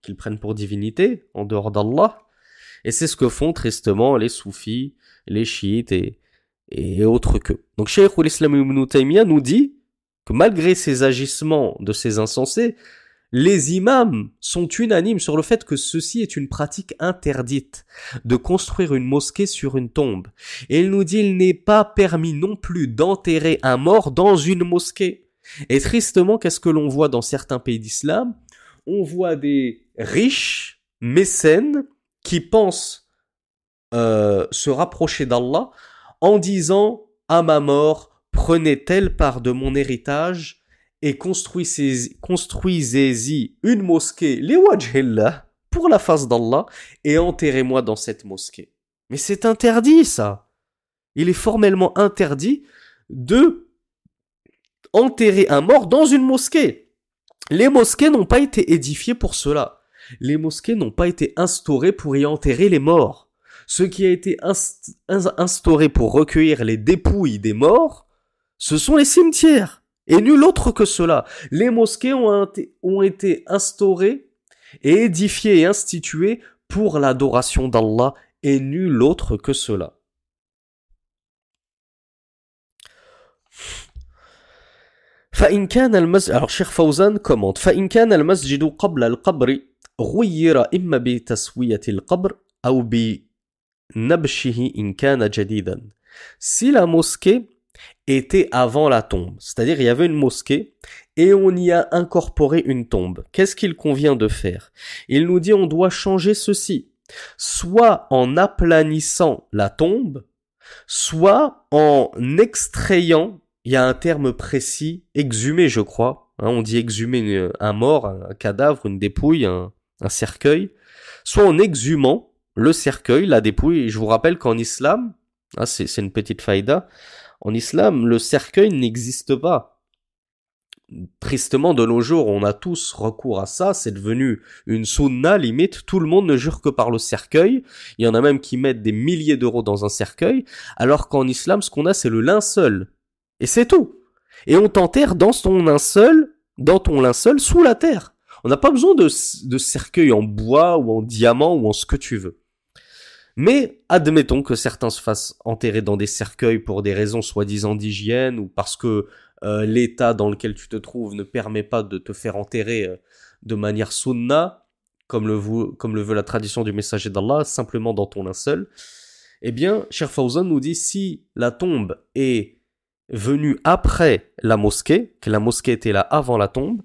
qu'ils prennent pour divinité, en dehors d'Allah. Et c'est ce que font tristement les soufis, les chiites et, et autres que. Donc Cheikh al-Islam ibn Taymiyyah nous dit que malgré ces agissements de ces insensés, les imams sont unanimes sur le fait que ceci est une pratique interdite, de construire une mosquée sur une tombe. Et il nous dit il n'est pas permis non plus d'enterrer un mort dans une mosquée. Et tristement, qu'est-ce que l'on voit dans certains pays d'islam? On voit des riches mécènes qui pensent euh, se rapprocher d'Allah en disant à ma mort, prenez telle part de mon héritage et construisez, construisez-y une mosquée, li wajhillah, pour la face d'Allah, et enterrez-moi dans cette mosquée. Mais c'est interdit, ça. Il est formellement interdit de enterrer un mort dans une mosquée. Les mosquées n'ont pas été édifiées pour cela. Les mosquées n'ont pas été instaurées pour y enterrer les morts. Ce qui a été inst- instauré pour recueillir les dépouilles des morts, ce sont les cimetières. Et nul autre que cela. Les mosquées ont, ont été instaurées et édifiées et instituées pour l'adoration d'Allah et nul autre que cela. فإن كان المسجد alors Cheikh Fawzan commente فإن كان المسجد قبل القبر غير إما بتسوية القبر أو بنبشه إن كان جديدا. Si la mosquée était avant la tombe, c'est-à-dire il y avait une mosquée et on y a incorporé une tombe, qu'est-ce qu'il convient de faire? Il nous dit on doit changer ceci, soit en aplanissant la tombe, soit en extrayant, il y a un terme précis, exhumer je crois, hein, on dit exhumer un mort, un cadavre, une dépouille, un, un cercueil, soit en exhumant le cercueil, la dépouille. Et je vous rappelle qu'en islam, ah, c'est, c'est une petite faïda, en islam, le cercueil n'existe pas. Tristement, de nos jours, on a tous recours à ça, c'est devenu une sunna, limite, tout le monde ne jure que par le cercueil, il y en a même qui mettent des milliers d'euros dans un cercueil, alors qu'en islam, ce qu'on a, c'est le linceul. Et c'est tout. Et on t'enterre dans ton linceul, dans ton linceul, sous la terre. On n'a pas besoin de, de cercueil en bois, ou en diamant, ou en ce que tu veux. Mais admettons que certains se fassent enterrer dans des cercueils pour des raisons soi-disant d'hygiène ou parce que euh, l'état dans lequel tu te trouves ne permet pas de te faire enterrer euh, de manière sunna, comme le, veut, comme le veut la tradition du messager d'Allah, simplement dans ton linceul. Eh bien, Cheikh Fawzan nous dit si la tombe est venue après la mosquée, que la mosquée était là avant la tombe,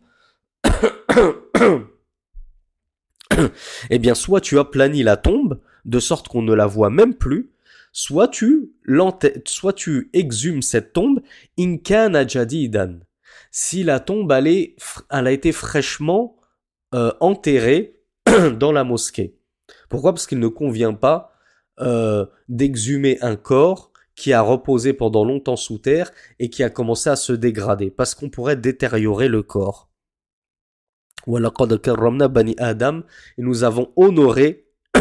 eh bien, soit tu aplanis la tombe, de sorte qu'on ne la voit même plus, soit tu soit tu exhumes cette tombe, in kana jadidan. Si la tombe elle, est, elle a été fraîchement euh, enterrée dans la mosquée. Pourquoi? Parce qu'il ne convient pas euh, d'exhumer un corps qui a reposé pendant longtemps sous terre et qui a commencé à se dégrader, parce qu'on pourrait détériorer le corps. وَلَقَدْ كَرَّمْنَا بَنِي آدَمَ, et nous avons honoré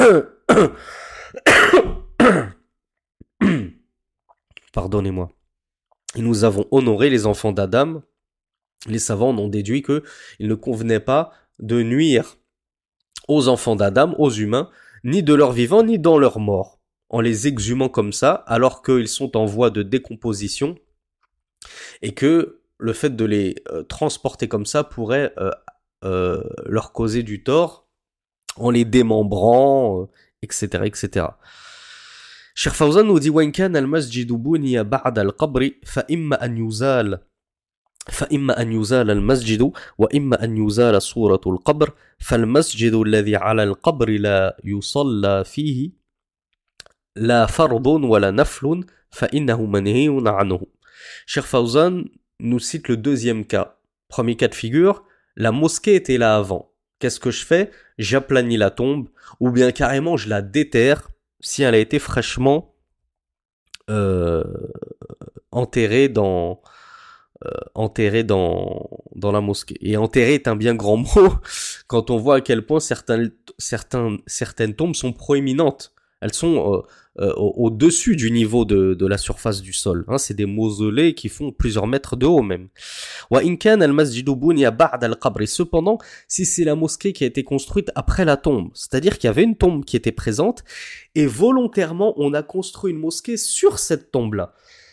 pardonnez-moi, et nous avons honoré les enfants d'Adam. Les savants en ont déduit que il ne convenait pas de nuire aux enfants d'Adam, aux humains, ni de leur vivant, ni dans leur mort, en les exhumant comme ça, alors qu'ils sont en voie de décomposition, et que le fait de les euh, transporter comme ça pourrait euh, euh, leur causer du tort, en les démembrant, euh, et cetera, et cetera. Cheikh Fawzan nous dit وَإِنْ كَانَ الْمَسْجِدُ بُنِيَ بَعْدَ الْقَبْرِ فَإِمَّا أَنْ يُزَالَ فإما أن يزال المسجد وإما أن يزال صورة القبر فالمسجد الذي على القبر لا يصلى فيه لا فرض ولا نفل فإنه منهي عنه. Cheikh Fawzan nous cite le deuxième cas. Premier cas de figure, la mosquée était là avant. Qu'est-ce que je fais? J'aplanis la tombe, ou bien carrément je la déterre si elle a été fraîchement euh, enterrée dans... Euh, enterré dans dans la mosquée. Et enterré est un bien grand mot quand on voit à quel point certains certains certaines tombes sont proéminentes. Elles sont euh, euh, au-dessus du niveau de, de la surface du sol. Hein, c'est des mausolées qui font plusieurs mètres de haut même. وإن كان المسجد بني بعد القبر. Cependant, si c'est la mosquée qui a été construite après la tombe, c'est-à-dire qu'il y avait une tombe qui était présente et volontairement on a construit une mosquée sur cette tombe-là.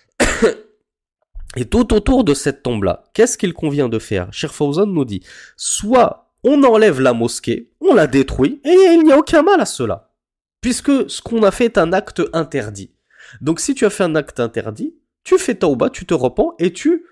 Et tout autour de cette tombe-là, qu'est-ce qu'il convient de faire? Cheikh Fawzan nous dit, soit on enlève la mosquée, on la détruit, et il n'y a aucun mal à cela. Puisque ce qu'on a fait est un acte interdit. Donc si tu as fait un acte interdit, tu fais tauba, tu te repens et tu,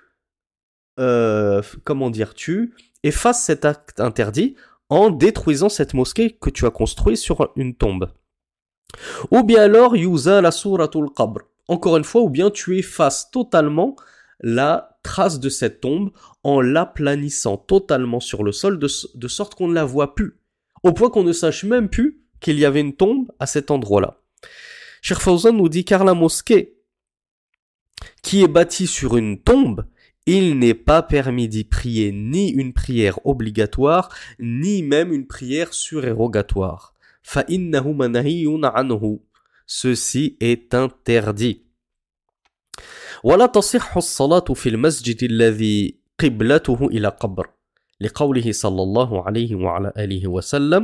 euh, comment dire, tu effaces cet acte interdit en détruisant cette mosquée que tu as construite sur une tombe. Ou bien alors, yuza la suratul qabr. Encore une fois, ou bien tu effaces totalement la trace de cette tombe en l'aplanissant totalement sur le sol de, de sorte qu'on ne la voit plus. Au point qu'on ne sache même plus qu'il y avait une tombe à cet endroit-là. Cheikh Fawzan nous dit, car la mosquée qui est bâtie sur une tombe, il n'est pas permis d'y prier ni une prière obligatoire, ni même une prière surérogatoire. فَإِنَّهُ مَنَهِيٌّ عَنْهُ. Ceci est interdit. ولا تصح الصلاة في المسجد الذي قبلته إلى قبر لقوله صلى الله عليه وعلى آله وسلم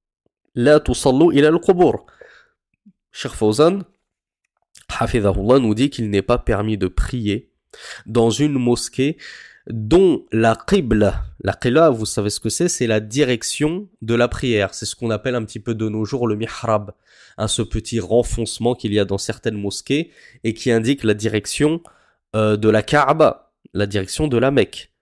لا تصلوا إلى القبور. Cheikh Fawzan, hafidhahullah, nous dit qu'il n'est pas permis de prier dans une mosquée dont la qibla, la qibla, vous savez ce que c'est, c'est la direction de la prière. C'est ce qu'on appelle un petit peu de nos jours le mihrab, hein, ce petit renfoncement qu'il y a dans certaines mosquées et qui indique la direction euh, de la Kaaba, la direction de la Mecque.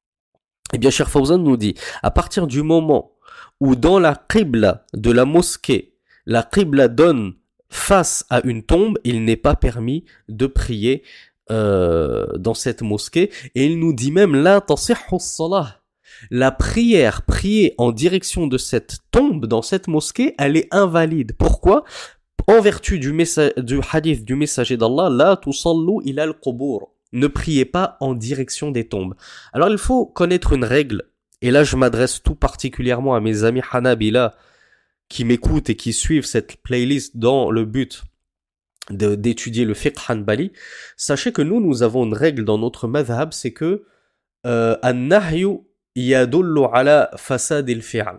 Eh bien, Cheikh Fawzan nous dit, à partir du moment où dans la qibla de la mosquée, la qibla donne face à une tombe, il n'est pas permis de prier euh, dans cette mosquée. Et il nous dit même, la tasihhu salah. La prière priée en direction de cette tombe dans cette mosquée, elle est invalide. Pourquoi? En vertu du, messa- du hadith du messager d'Allah, la tusallu ila al-qubur. Ne priez pas en direction des tombes. Alors il faut connaître une règle. Et là, je m'adresse tout particulièrement à mes amis Hanabila qui m'écoutent et qui suivent cette playlist dans le but de, d'étudier le fiqh hanbali. Sachez que nous, nous avons une règle dans notre madhab, c'est que euh, an-nahyu yadullu ala fasad al-fi'l.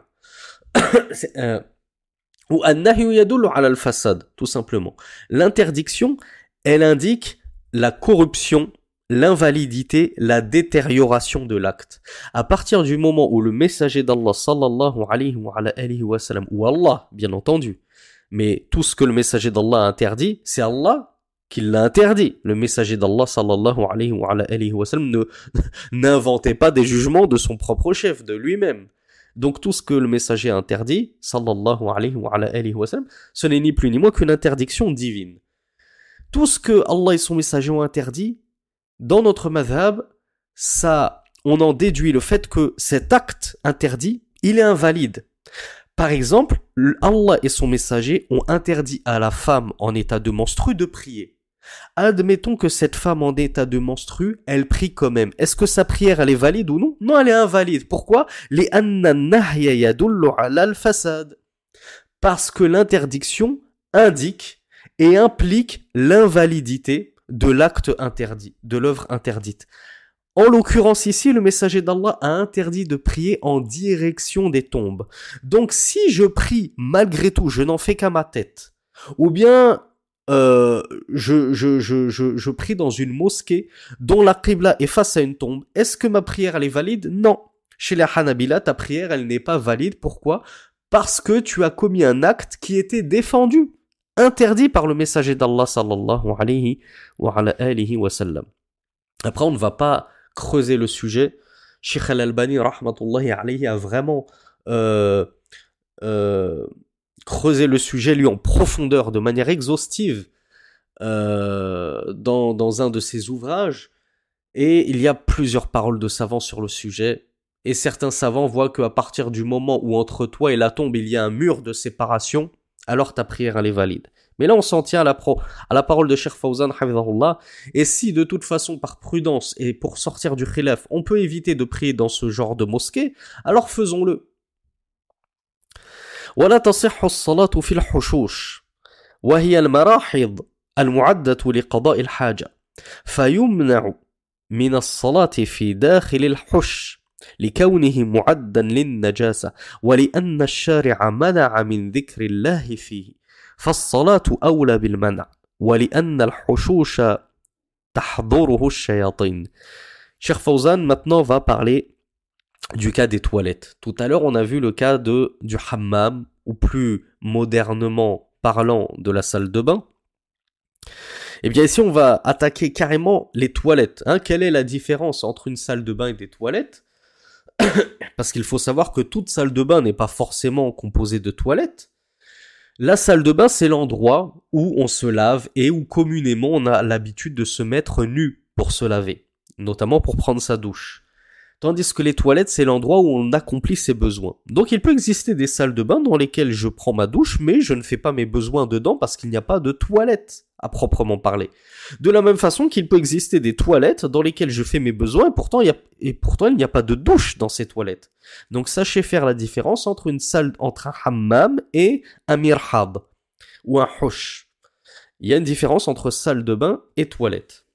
euh, ou an-nahyu yadullu ala al-fasad, tout simplement. L'interdiction, elle indique la corruption, l'invalidité, la détérioration de l'acte. À partir du moment où le messager d'Allah sallallahu alayhi wa alayhi wa sallam, ou Allah, bien entendu, mais tout ce que le messager d'Allah a interdit, c'est Allah qui l'a interdit. Le messager d'Allah sallallahu alayhi wa alayhi wa sallam ne, n'inventait pas des jugements de son propre chef, de lui-même. Donc tout ce que le messager a interdit, sallallahu alayhi wa alayhi wa sallam, ce n'est ni plus ni moins qu'une interdiction divine. Tout ce que Allah et son messager ont interdit, dans notre madhab, ça, on en déduit le fait que cet acte interdit, il est invalide. Par exemple, Allah et son messager ont interdit à la femme en état de menstru de prier. Admettons que cette femme en état de menstru, elle prie quand même. Est-ce que sa prière, elle est valide ou non? Non, elle est invalide. Pourquoi? لِأَنَّ النَّهْيَ يَدُلُّ عَلَى الْفَسَادِ. Parce que l'interdiction indique et implique l'invalidité de l'acte interdit, de l'œuvre interdite. En l'occurrence ici, le messager d'Allah a interdit de prier en direction des tombes. Donc si je prie malgré tout, je n'en fais qu'à ma tête, ou bien euh, je, je, je, je, je prie dans une mosquée dont la qibla est face à une tombe, est-ce que ma prière elle est valide? Non. Chez les Hanabila, ta prière elle n'est pas valide. Pourquoi? Parce que tu as commis un acte qui était défendu, interdit par le messager d'Allah sallallahu alayhi wa ala alihi wa sallam. Après, on ne va pas creuser le sujet. Cheikh Al-Albani rahmatullahi alayhi a vraiment euh, euh, creusé le sujet lui en profondeur, de manière exhaustive euh, dans, dans un de ses ouvrages. Et il y a plusieurs paroles de savants sur le sujet. Et certains savants voient qu'à partir du moment où entre toi et la tombe il y a un mur de séparation, alors ta prière elle est valide. Mais là on s'en tient à la, pro, à la parole de Cheikh Fawzan hafidhahullah. Et si de toute façon par prudence et pour sortir du khilaf on peut éviter de prier dans ce genre de mosquée, alors faisons-le. ولا تصح الصلاة في الحشوش وهي المراحض المعدة لقضاء الحاجة فيمنع من الصلاة في داخل الحش لكونه معدا للنجاسة ولأن الشارع منع من ذكر الله فيه فالصلاة أولى بالمنع ولأن الحشوش تحضره الشياطين. Cheikh Fawzan maintenant va parler du cas des toilettes. Tout à l'heure, on a vu le cas de, du hammam, ou plus modernement parlant de la salle de bain. Et bien ici, on va attaquer carrément les toilettes. Hein. Quelle est la différence entre une salle de bain et des toilettes? Parce qu'il faut savoir que toute salle de bain n'est pas forcément composée de toilettes. La salle de bain, c'est l'endroit où on se lave et où communément on a l'habitude de se mettre nu pour se laver, notamment pour prendre sa douche. Tandis que les toilettes, c'est l'endroit où on accomplit ses besoins. Donc il peut exister des salles de bain dans lesquelles je prends ma douche, mais je ne fais pas mes besoins dedans parce qu'il n'y a pas de toilettes à proprement parler. De la même façon qu'il peut exister des toilettes dans lesquelles je fais mes besoins et pourtant il y a, et pourtant il n'y a pas de douche dans ces toilettes. Donc sachez faire la différence entre une salle, entre un hammam et un mirhab ou un hush. Il y a une différence entre salle de bain et toilette.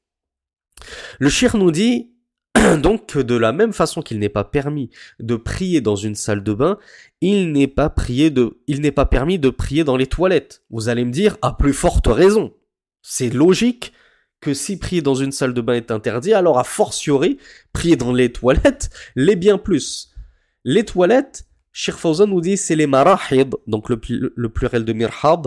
Le cheikh nous dit donc que de la même façon qu'il n'est pas permis de prier dans une salle de bain, il n'est pas prié de, il n'est pas permis de prier dans les toilettes. Vous allez me dire, à plus forte raison. C'est logique que si prier dans une salle de bain est interdit, alors a fortiori, prier dans les toilettes l'est bien plus. Les toilettes, Cheikh Fawzan nous dit, c'est les marahid, donc le, le pluriel de mirhad.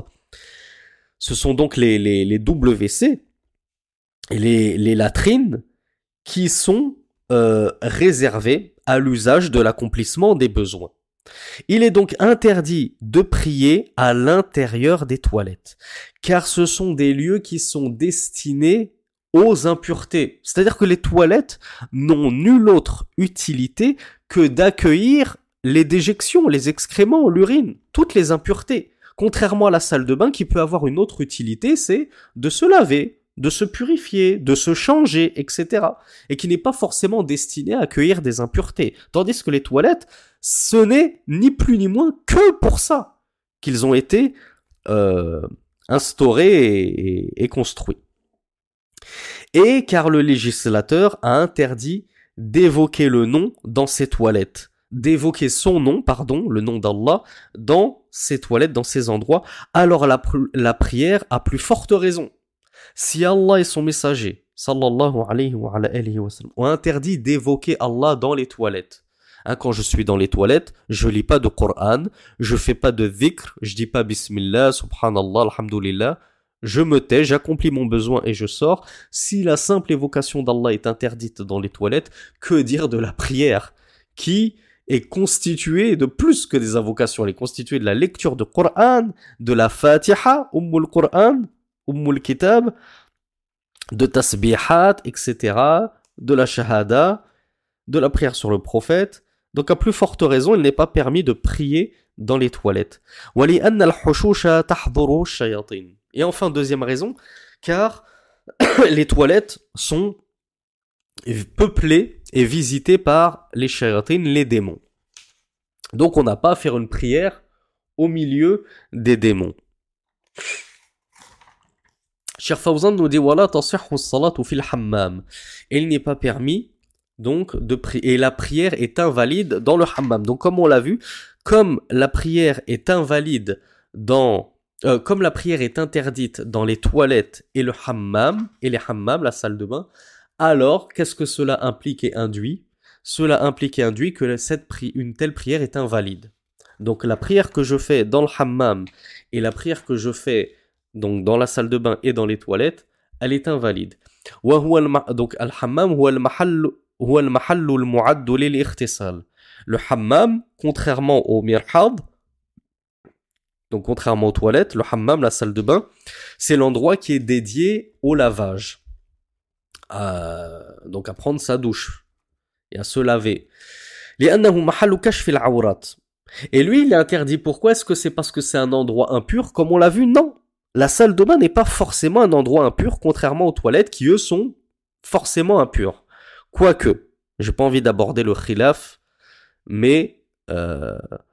Ce sont donc les, les, les W C, et les, les latrines, qui sont euh, réservées à l'usage de l'accomplissement des besoins. Il est donc interdit de prier à l'intérieur des toilettes, car ce sont des lieux qui sont destinés aux impuretés. C'est-à-dire que les toilettes n'ont nulle autre utilité que d'accueillir les déjections, les excréments, l'urine, toutes les impuretés. Contrairement à la salle de bain qui peut avoir une autre utilité, c'est de se laver, de se purifier, de se changer, et cetera. Et qui n'est pas forcément destiné à accueillir des impuretés. Tandis que les toilettes, ce n'est ni plus ni moins que pour ça qu'ils ont été euh, instaurés et, et, et construits. Et car le législateur a interdit d'évoquer le nom dans ces toilettes, d'évoquer son nom, pardon, le nom d'Allah, dans ces toilettes, dans ces endroits, alors la, la prière a plus forte raison. Si Allah et son messager, sallallahu alayhi wa alayhi wa sallam, ont interdit d'évoquer Allah dans les toilettes. Hein, quand je suis dans les toilettes, je lis pas de Coran, je fais pas de dhikr, je dis pas Bismillah, Subhanallah, Alhamdulillah, je me tais, j'accomplis mon besoin et je sors. Si la simple évocation d'Allah est interdite dans les toilettes, que dire de la prière qui est constituée de plus que des invocations, elle est constituée de la lecture de Coran, de la Fatiha, Ummul Coran, Ummul Kitab, de tasbihat, et cetera, de la shahada, de la prière sur le prophète. Donc à plus forte raison, il n'est pas permis de prier dans les toilettes. Et enfin, deuxième raison, car les toilettes sont peuplées et visitées par les shayatin, les démons. Donc on n'a pas à faire une prière au milieu des démons. Cheikh Fawzan nous dit voilà tasihhu as-salatu fil hammam. Et il n'est pas permis donc de prier, et la prière est invalide dans le hammam. Donc comme on l'a vu, comme la prière est invalide dans euh, comme la prière est interdite dans les toilettes et le hammam et les hammams, la salle de bain, alors qu'est-ce que cela implique et induit? Cela implique et induit que cette pri- une telle prière est invalide. Donc la prière que je fais dans le hammam et la prière que je fais donc dans la salle de bain et dans les toilettes, elle est invalide. Donc al-hammam huwa al-mahall huwa al-mahall al-mu'add lil-ightisal. Le hammam, contrairement au mirhad, donc contrairement aux toilettes, le hammam, la salle de bain, c'est l'endroit qui est dédié au lavage. À, donc à prendre sa douche et à se laver. لأنه محل كشف العورات. Et lui, il est interdit. Pourquoi? Est-ce que c'est parce que c'est un endroit impur? Comme on l'a vu, non. La salle de bain n'est pas forcément un endroit impur, contrairement aux toilettes qui, eux, sont forcément impurs. Quoique, j'ai pas envie d'aborder le khilaf, mais euh,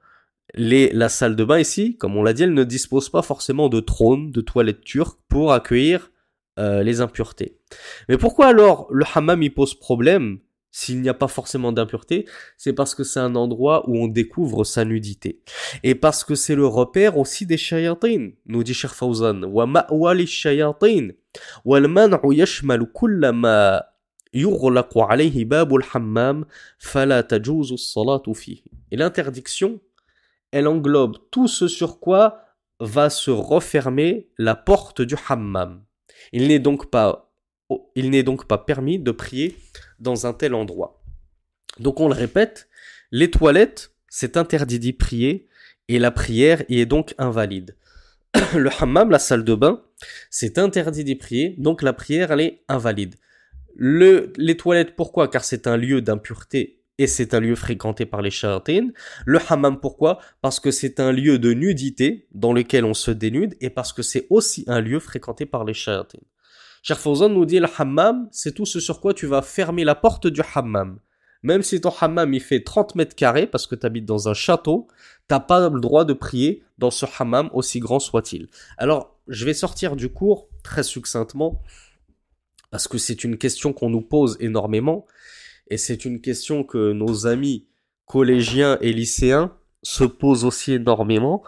les, la salle de bain ici, comme on l'a dit, elle ne dispose pas forcément de trône, de toilettes turques pour accueillir euh, les impuretés. Mais pourquoi alors le hammam il pose problème s'il n'y a pas forcément d'impureté? C'est parce que c'est un endroit où on découvre sa nudité. Et parce que c'est le repère aussi des shayatin, nous dit Cheikh Fawzan. Wa ma'wa lish-shayatin wal man'u yashmalu kulla ma yughlaqu alayhi babul hammam fala tajuzu as-salatu fihi. Et l'interdiction, elle englobe tout ce sur quoi va se refermer la porte du hammam. Il n'est donc pas il n'est donc pas permis de prier dans un tel endroit. Donc on le répète, les toilettes, c'est interdit d'y prier et la prière y est donc invalide. Le hammam, la salle de bain, c'est interdit d'y prier, donc la prière elle est invalide. Le, les toilettes, pourquoi? Car c'est un lieu d'impureté et c'est un lieu fréquenté par les shayatin. Le hammam, pourquoi? Parce que c'est un lieu de nudité dans lequel on se dénude et parce que c'est aussi un lieu fréquenté par les shayatin. Cheikh Fawzan nous dit le hammam, c'est tout ce sur quoi tu vas fermer la porte du hammam. Même si ton hammam il fait trente mètres carrés parce que tu habites dans un château, t'as pas le droit de prier dans ce hammam aussi grand soit-il. Alors, je vais sortir du cours très succinctement parce que c'est une question qu'on nous pose énormément et c'est une question que nos amis collégiens et lycéens se posent aussi énormément.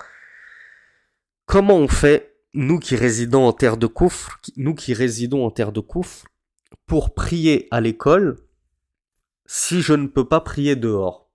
Comment on fait, nous qui résidons en terre de Koufr, nous qui résidons en terre de Koufr, pour prier à l'école, si je ne peux pas prier dehors?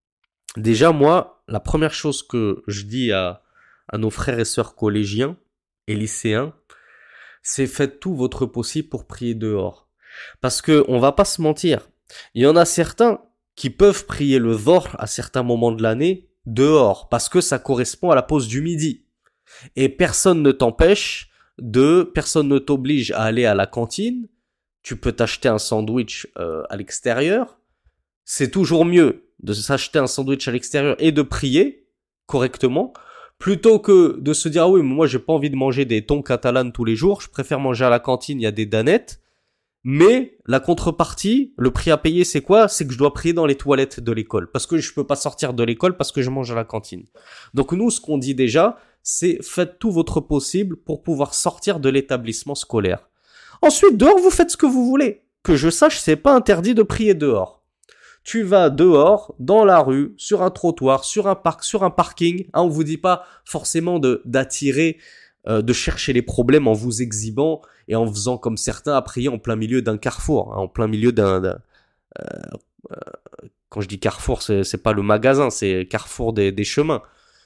Déjà, moi, la première chose que je dis à, à nos frères et sœurs collégiens et lycéens, c'est faites tout votre possible pour prier dehors. Parce que, on va pas se mentir, il y en a certains qui peuvent prier le Dhuhr à certains moments de l'année dehors, parce que ça correspond à la pause du midi. Et personne ne t'empêche de, personne ne t'oblige à aller à la cantine. Tu peux t'acheter un sandwich euh, à l'extérieur. C'est toujours mieux de s'acheter un sandwich à l'extérieur et de prier correctement, plutôt que de se dire, ah oui, mais moi j'ai pas envie de manger des thons catalanes tous les jours, je préfère manger à la cantine, il y a des danettes. Mais la contrepartie, le prix à payer, c'est quoi? C'est que je dois prier dans les toilettes de l'école, parce que je peux pas sortir de l'école parce que je mange à la cantine. Donc nous, ce qu'on dit déjà, c'est faites tout votre possible pour pouvoir sortir de l'établissement scolaire. Ensuite, dehors, vous faites ce que vous voulez. Que je sache, c'est pas interdit de prier dehors. Tu vas dehors, dans la rue, sur un trottoir, sur un parc, sur un parking. Hein, on vous dit pas forcément de d'attirer, euh, de chercher les problèmes en vous exhibant et en faisant comme certains à prier en plein milieu d'un carrefour, hein, en plein milieu d'un... d'un euh, euh, quand je dis carrefour, c'est, c'est pas le magasin, c'est carrefour des, des chemins.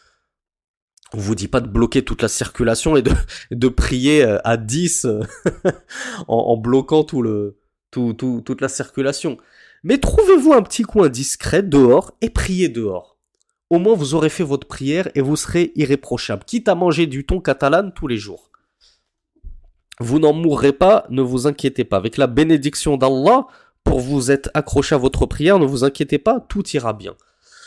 On vous dit pas de bloquer toute la circulation et de, de prier à dix en, en bloquant tout le, tout, tout, toute la circulation. Mais trouvez-vous un petit coin discret dehors et priez dehors. Au moins vous aurez fait votre prière et vous serez irréprochable, quitte à manger du thon catalan tous les jours. Vous n'en mourrez pas, ne vous inquiétez pas. Avec la bénédiction d'Allah, pour vous être accroché à votre prière, ne vous inquiétez pas, tout ira bien.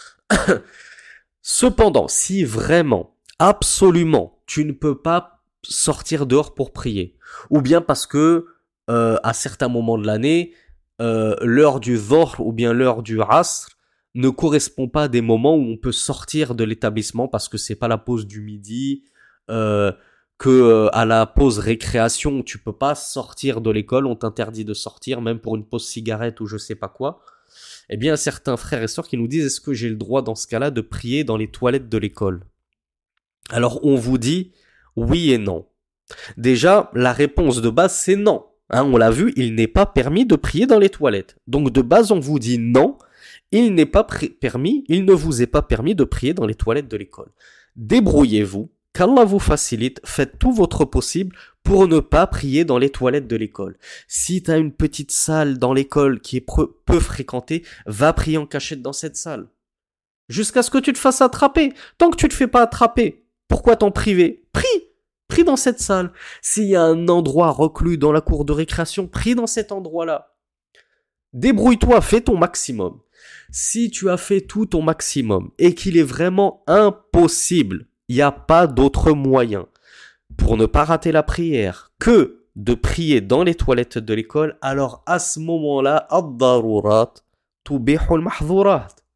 Cependant, si vraiment, absolument, tu ne peux pas sortir dehors pour prier, ou bien parce que euh, à certains moments de l'année, euh, l'heure du Dhuhr ou bien l'heure du Asr ne correspond pas à des moments où on peut sortir de l'établissement parce que c'est pas la pause du midi, euh, que euh, à la pause récréation tu peux pas sortir de l'école, on t'interdit de sortir même pour une pause cigarette ou je sais pas quoi. Eh bien, certains frères et sœurs qui nous disent, est-ce que j'ai le droit dans ce cas-là de prier dans les toilettes de l'école? Alors, on vous dit oui et non. Déjà, la réponse de base, c'est non. Hein, on l'a vu, il n'est pas permis de prier dans les toilettes. Donc, de base, on vous dit non, il n'est pas pr- permis, il ne vous est pas permis de prier dans les toilettes de l'école. Débrouillez-vous, qu'Allah vous facilite, faites tout votre possible pour ne pas prier dans les toilettes de l'école. Si tu as une petite salle dans l'école qui est pre- peu fréquentée, va prier en cachette dans cette salle. Jusqu'à ce que tu te fasses attraper. Tant que tu te fais pas attraper, pourquoi t'en priver? Prie! Prie dans cette salle. S'il y a un endroit reclus dans la cour de récréation, prie dans cet endroit-là. Débrouille-toi, fais ton maximum. Si tu as fait tout ton maximum et qu'il est vraiment impossible, il n'y a pas d'autre moyen pour ne pas rater la prière que de prier dans les toilettes de l'école, alors à ce moment-là, ad-darurat tubihul mahdhurat.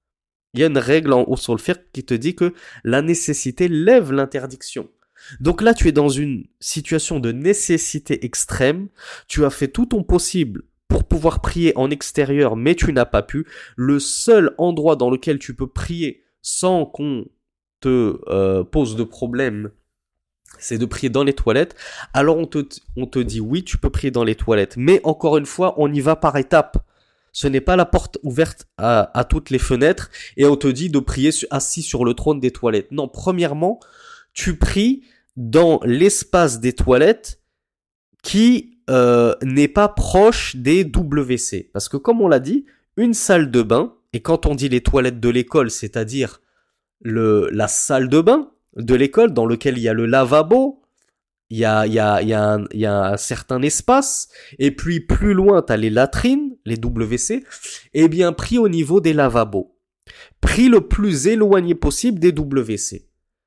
Il y a une règle en usul fiqh qui te dit que la nécessité lève l'interdiction. Donc là, tu es dans une situation de nécessité extrême. Tu as fait tout ton possible pour pouvoir prier en extérieur, mais tu n'as pas pu. Le seul endroit dans lequel tu peux prier sans qu'on te euh, pose de problème, c'est de prier dans les toilettes. Alors on te, on te dit oui, tu peux prier dans les toilettes. Mais encore une fois, on y va par étapes. Ce n'est pas la porte ouverte à, à toutes les fenêtres et on te dit de prier assis sur le trône des toilettes. Non, premièrement, tu pries dans l'espace des toilettes qui euh, n'est pas proche des W C. Parce que comme on l'a dit, une salle de bain, et quand on dit les toilettes de l'école, c'est-à-dire le, la salle de bain de l'école dans lequel il y a le lavabo, il y a, il y a, il y a, un, il y a un certain espace, et puis plus loin, tu as les latrines, les W C, et bien pris au niveau des lavabos. Pris le plus éloigné possible des W C.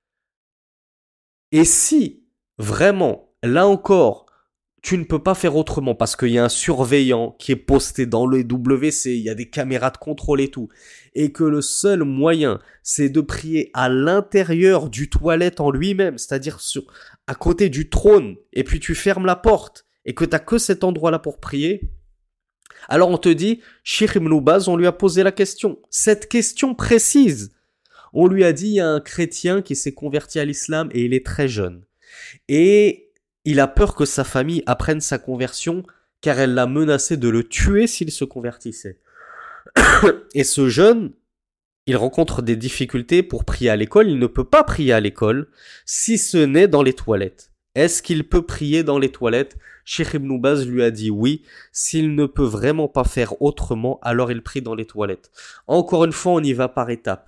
Et si, vraiment, là encore, tu ne peux pas faire autrement parce qu'il y a un surveillant qui est posté dans le W C, il y a des caméras de contrôle et tout, et que le seul moyen, c'est de prier à l'intérieur du toilette en lui-même, c'est-à-dire sur, à côté du trône, et puis tu fermes la porte, et que t'as que cet endroit-là pour prier, alors on te dit, Cheikh Ibn Baz, on lui a posé la question, cette question précise. On lui a dit, il y a un chrétien qui s'est converti à l'islam et il est très jeune. Et il a peur que sa famille apprenne sa conversion car elle l'a menacé de le tuer s'il se convertissait. Et ce jeune, il rencontre des difficultés pour prier à l'école. Il ne peut pas prier à l'école si ce n'est dans les toilettes. Est-ce qu'il peut prier dans les toilettes? Cheikh Ibn Baz lui a dit oui. S'il ne peut vraiment pas faire autrement, alors il prie dans les toilettes. Encore une fois, on y va par étapes.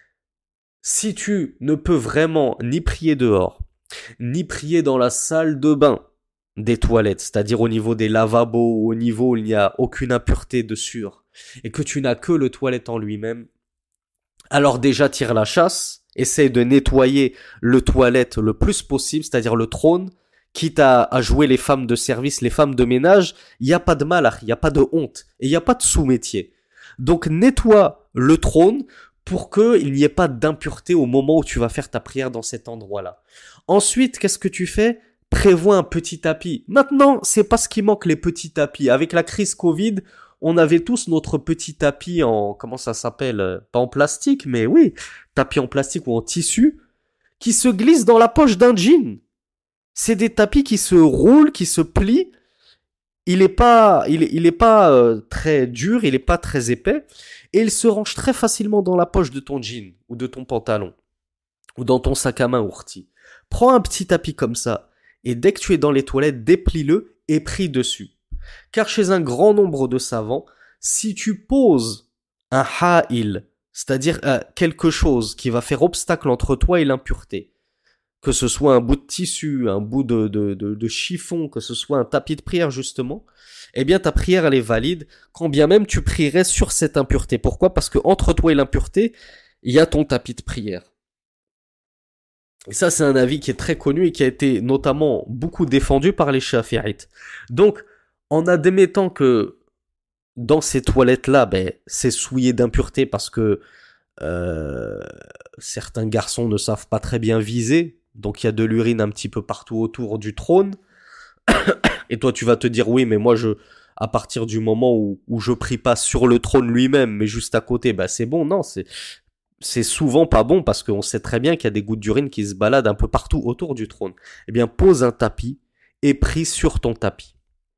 Si tu ne peux vraiment ni prier dehors, ni prier dans la salle de bain des toilettes, c'est-à-dire au niveau des lavabos, au niveau où il n'y a aucune impureté dessus, et que tu n'as que le toilette en lui-même, alors déjà tire la chasse, essaye de nettoyer le toilette le plus possible, c'est-à-dire le trône, quitte à, à jouer les femmes de service, les femmes de ménage, il n'y a pas de mal, il n'y a pas de honte, et il n'y a pas de sous-métier. Donc nettoie le trône, pour qu'il n'y ait pas d'impureté au moment où tu vas faire ta prière dans cet endroit-là. Ensuite, qu'est-ce que tu fais? Prévois un petit tapis. Maintenant, c'est pas ce qui manque, les petits tapis. Avec la crise Covid, on avait tous notre petit tapis en, comment ça s'appelle? Pas en plastique, mais oui, tapis en plastique ou en tissu, qui se glisse dans la poche d'un jean. C'est des tapis qui se roulent, qui se plient. Il est pas, il est, il est pas euh, très dur, il est pas très épais, et il se range très facilement dans la poche de ton jean ou de ton pantalon ou dans ton sac à main ourti. Prends un petit tapis comme ça et dès que tu es dans les toilettes, déplie-le et prie dessus. Car chez un grand nombre de savants, si tu poses un ha'il, c'est-à-dire euh, quelque chose qui va faire obstacle entre toi et l'impureté, que ce soit un bout de tissu, un bout de, de, de, de chiffon, que ce soit un tapis de prière justement, eh bien ta prière elle est valide, quand bien même tu prierais sur cette impureté. Pourquoi? Parce que entre toi et l'impureté, il y a ton tapis de prière. Et ça c'est un avis qui est très connu et qui a été notamment beaucoup défendu par les chafi'ites. Donc, en admettant que dans ces toilettes-là, ben, c'est souillé d'impureté parce que euh, certains garçons ne savent pas très bien viser, donc il y a de l'urine un petit peu partout autour du trône, et toi tu vas te dire oui mais moi je, à partir du moment où, où je prie pas sur le trône lui-même mais juste à côté, bah c'est bon. Non, c'est, c'est souvent pas bon parce qu'on sait très bien qu'il y a des gouttes d'urine qui se baladent un peu partout autour du trône. Eh bien pose un tapis et prie sur ton tapis.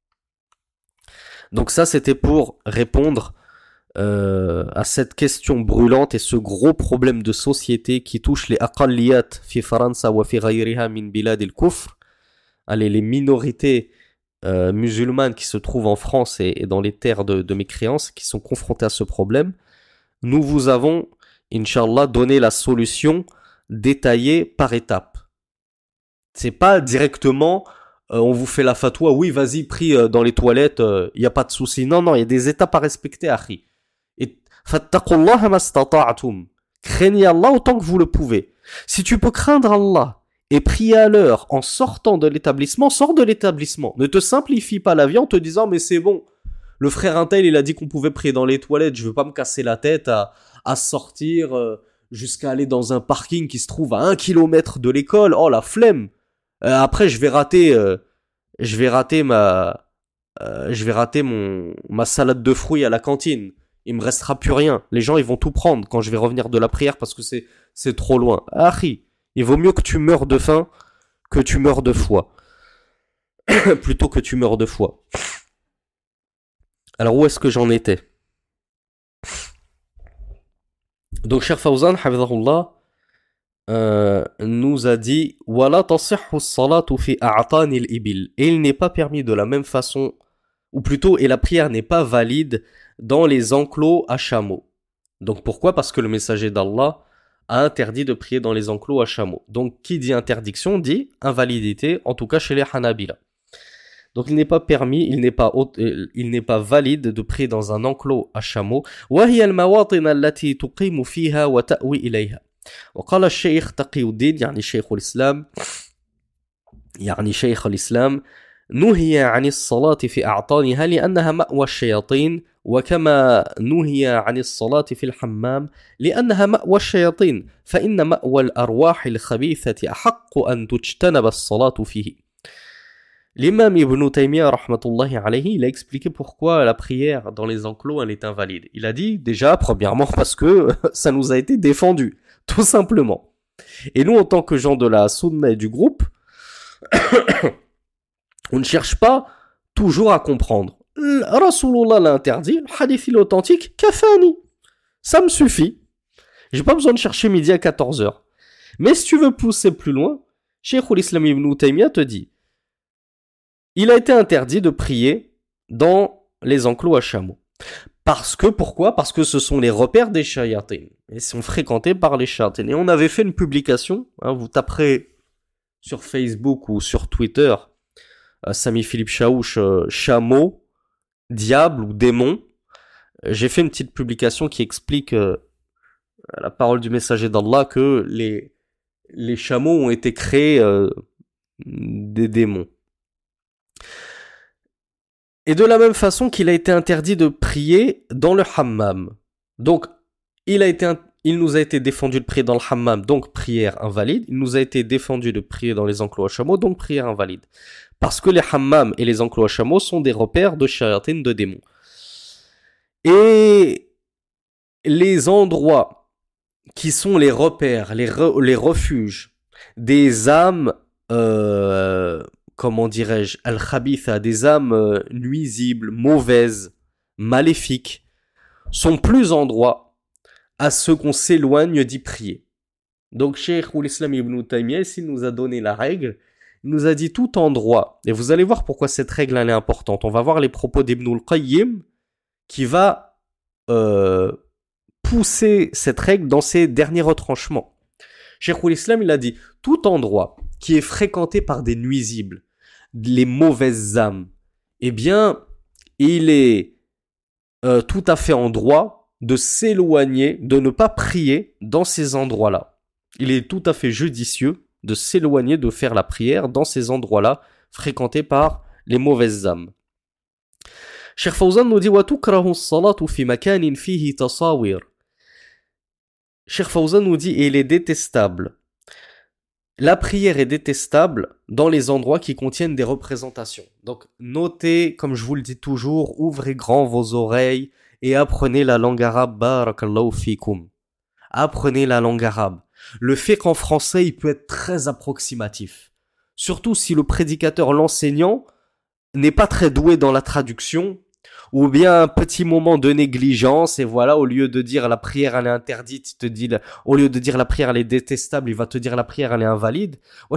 Donc ça c'était pour répondre Euh, à cette question brûlante et ce gros problème de société qui touche les aqalliyat fi Faransa wa fi ghayriha min bilad al-kufr, allez, les minorités euh, musulmanes qui se trouvent en France et, et dans les terres de, de mécréance qui sont confrontées à ce problème. Nous vous avons, Inch'Allah, donné la solution détaillée par étapes. C'est pas directement euh, on vous fait la fatwa, oui vas-y prie euh, dans les toilettes, il euh, y a pas de souci. Non non, il y a des étapes à respecter, akhi. Et fattaqullaha mastata'tum. Craignez Allah autant que vous le pouvez. Si tu peux craindre Allah et prier à l'heure en sortant de l'établissement, sors de l'établissement. Ne te simplifie pas la vie en te disant mais c'est bon, Le frère Intel, il a dit qu'on pouvait prier dans les toilettes. Je veux pas me casser la tête à, à sortir euh, jusqu'à aller dans un parking qui se trouve à un kilomètre de l'école. Oh, la flemme. Euh, après, je vais rater, euh, je vais rater ma, euh, je vais rater mon, ma salade de fruits à la cantine. Il me restera plus rien. Les gens, ils vont tout prendre quand je vais revenir de la prière parce que c'est, c'est trop loin. Ahi, il vaut mieux que tu meurs de faim que tu meurs de foi. Plutôt que tu meurs de foi. Alors, où est-ce que j'en étais? Donc, Cheikh Fawzan, hafidhahullah, euh, nous a dit Wala tasihhu as-salatu fi a'tani al-ibil. Et il n'est pas permis de la même façon, ou plutôt, et la prière n'est pas valide dans les enclos à chameaux. Donc, pourquoi? Parce que le messager d'Allah a interdit de prier dans les enclos à chameaux. Donc, qui dit interdiction dit invalidité, en tout cas chez les Hanabila. Donc il n'est pas permis, il n'est pas, il n'est pas valide de prier dans un enclos à chameau. وهي المواطن التي تقيم فيها وتأوي إليها. وقال الشيخ تقي الدين يعني شيخ الإسلام يعني شيخ الإسلام نهي عن الصلاة في أعطانها لأنها مأوى الشياطين وكما نهي عن الصلاة في الحمام لأنها مأوى الشياطين فإن مأوى الأرواح الخبيثة أحق أن تجتنب الصلاة فيه. L'imam Ibn Taymiyyah, rahmatullahi alayhi, il a expliqué pourquoi la prière dans les enclos, elle est invalide. Il a dit, déjà, premièrement, parce que ça nous a été défendu, tout simplement. Et nous, en tant que gens de la sunna et du groupe, on ne cherche pas toujours à comprendre. Rasulullah l'a interdit, le hadith il est authentique, kafani. Ça me suffit. J'ai pas besoin de chercher midi à quatorze heures. Mais si tu veux pousser plus loin, Cheikh al-Islam Ibn Taymiyyah te dit, il a été interdit de prier dans les enclos à chameaux. Parce que, pourquoi? Parce que ce sont les repères des shayatines. Ils sont fréquentés par les shayatines. Et on avait fait une publication, hein, vous taperez sur Facebook ou sur Twitter, euh, Sami Philippe Chaouch, euh, chameau, diable ou démon. J'ai fait une petite publication qui explique euh, la parole du messager d'Allah que les, les chameaux ont été créés euh, des démons. Et de la même façon qu'il a été interdit de prier dans le hammam. Donc, il, a été, il nous a été défendu de prier dans le hammam, donc prière invalide. Il nous a été défendu de prier dans les enclos à chameaux, donc prière invalide. Parce que les hammams et les enclos à chameaux sont des repères de shayatin, de démons. Et les endroits qui sont les repères, les, re, les refuges des âmes... Euh, comment dirais-je, al-khabitha, des âmes euh, nuisibles, mauvaises, maléfiques, sont plus endroits à ceux qu'on s'éloigne d'y prier. Donc, Cheikh al-Islam Ibn Taymiyyah, ici, nous a donné la règle, il nous a dit tout endroit, et vous allez voir pourquoi cette règle elle est importante. On va voir les propos d'Ibn al-Qayyim, qui va euh, pousser cette règle dans ses derniers retranchements. Cheikh al-Islam, il a dit, tout endroit qui est fréquenté par des nuisibles, les mauvaises âmes, eh bien, il est euh, tout à fait en droit de s'éloigner, de ne pas prier dans ces endroits-là. Il est tout à fait judicieux de s'éloigner, de faire la prière dans ces endroits-là, fréquentés par les mauvaises âmes. Cheikh Fawzan nous dit « Wa tukrahu as-salatu fi makanin fihi tasawir » Cheikh Fawzan nous dit « Et il est détestable » La prière est détestable dans les endroits qui contiennent des représentations. Donc, notez, comme je vous le dis toujours, ouvrez grand vos oreilles et apprenez la langue arabe. Barakallahu fikum. Apprenez la langue arabe. Le fait qu'en français, il peut être très approximatif. Surtout si le prédicateur, l'enseignant, n'est pas très doué dans la traduction, ou bien un petit moment de négligence, et voilà, au lieu de dire la prière elle est interdite, il te dit, au lieu de dire la prière elle est détestable, il va te dire la prière elle est invalide.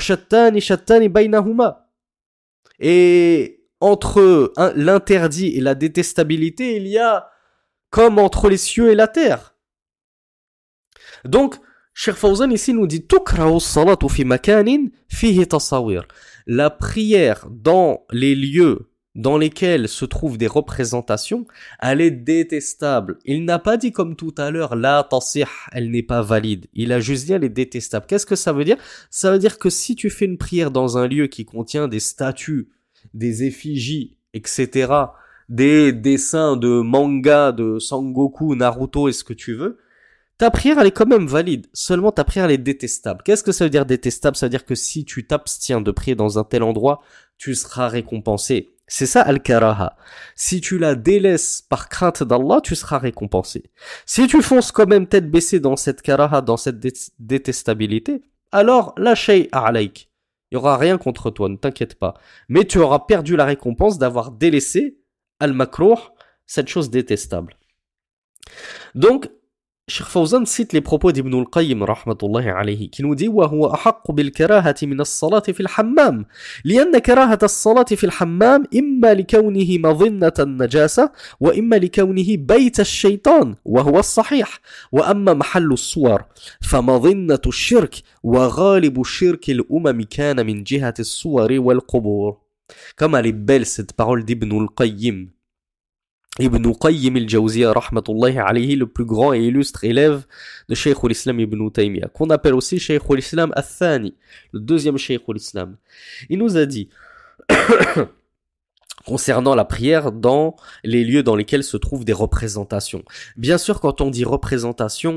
Et entre l'interdit et la détestabilité, il y a comme entre les cieux et la terre. Donc, Cheikh Fawzan ici nous dit tukrahu as-salatu fi makanin fihi tasawir. La prière dans les lieux dans lesquels se trouvent des représentations, elle est détestable. Il n'a pas dit comme tout à l'heure, la tasih, elle n'est pas valide. Il a juste dit, elle est détestable. Qu'est-ce que ça veut dire? Ça veut dire que si tu fais une prière dans un lieu qui contient des statues, des effigies, et cetera, des dessins de manga de Sangoku, Naruto et ce que tu veux, ta prière elle est quand même valide. Seulement ta prière elle est détestable. Qu'est-ce que ça veut dire détestable? Ça veut dire que si tu t'abstiens de prier dans un tel endroit, tu seras récompensé. C'est ça al-karaha. Si tu la délaisses par crainte d'Allah, tu seras récompensé. Si tu fonces quand même tête baissée dans cette karaha, dans cette dé- détestabilité, alors la shay'a alayk. Il y aura rien contre toi, ne t'inquiète pas. Mais tu auras perdu la récompense d'avoir délaissé al-makrouh, cette chose détestable. Donc, Cheikh Fawzan cite les propos d'Ibn al-Qayyim rahmatullahi alayhi qui nous dit وهو أحق بالكراهة من الصلاة في الحمام لأن كراهة الصلاة في الحمام إما لكونه مظنة النجاسة وإما لكونه بيت الشيطان وهو الصحيح وأما محل الصور فمظنة الشرك وغالب الشرك الأمم كان من جهة الصور والقبور. Comme elle est belle cette parole d'Ibn al-Qayyim. Ibn Qayyim al-Jawziyya rahmatullahi alayhi, le plus grand et illustre élève de Shaykh al-Islam Ibn Taymiyyah, qu'on appelle aussi Shaykh al-Islam al-Thani, le deuxième Shaykh al-Islam. Il nous a dit, concernant la prière dans les lieux dans lesquels se trouvent des représentations. Bien sûr, quand on dit représentation,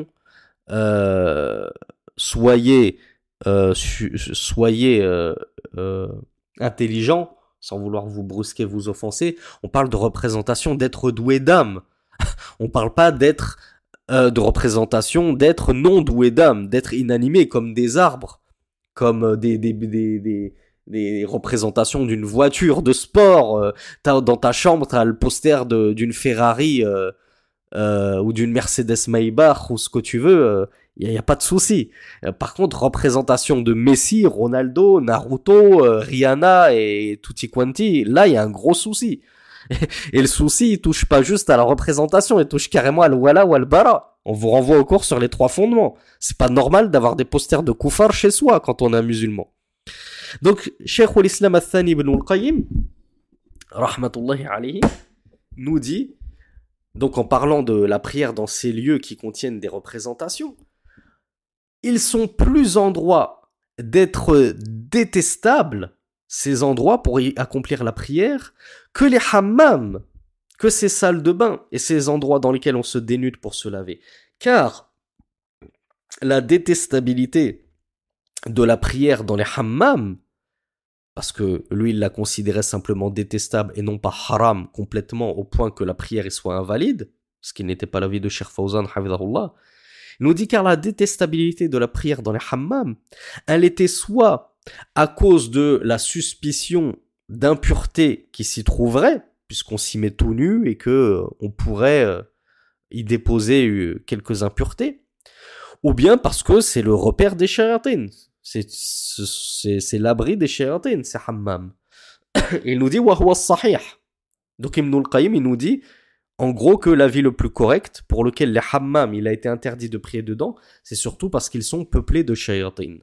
euh, soyez, euh, su, soyez euh, euh, intelligents, sans vouloir vous brusquer, vous offenser, on parle de représentation d'être doué d'âme. On parle pas d'être euh, de représentation d'être non doué d'âme, d'être inanimé comme des arbres, comme des des des des, des représentations d'une voiture de sport. Euh, t'as, dans ta chambre, t'as le poster de, d'une Ferrari euh, euh, ou d'une Mercedes Maybach ou ce que tu veux. Euh, Il n'y a, a pas de souci. Euh, par contre, représentation de Messi, Ronaldo, Naruto, euh, Rihanna et tutti quanti, là, il y a un gros souci. Et le souci, il touche pas juste à la représentation, il touche carrément à l'wala ou à l'bara. On vous renvoie au cours sur les trois fondements. C'est pas normal d'avoir des posters de koufar chez soi quand on est un musulman. Donc, Cheikh al-Islam al-Thani ibn al-Qayyim, rahmatullahi alayhi, nous dit, donc en parlant de la prière dans ces lieux qui contiennent des représentations, ils sont plus en droit d'être détestables, ces endroits pour y accomplir la prière, que les hammams, que ces salles de bain et ces endroits dans lesquels on se dénude pour se laver. Car la détestabilité de la prière dans les hammams, parce que lui il la considérait simplement détestable et non pas haram complètement au point que la prière y soit invalide, ce qui n'était pas l'avis de Cheikh Fawzan hafidhahullah. Il nous dit car la détestabilité de la prière dans les hammams, elle était soit à cause de la suspicion d'impureté qui s'y trouverait, puisqu'on s'y met tout nu et que euh, on pourrait euh, y déposer euh, quelques impuretés, ou bien parce que c'est le repère des shayatines, c'est, c'est, c'est l'abri des shayatines, c'est hammam. Et il nous dit wa huwa sahih. Donc Ibn al-Qayyim il nous dit en gros que l'avis le plus correct pour lequel les hammams il a été interdit de prier dedans, c'est surtout parce qu'ils sont peuplés de shayatin.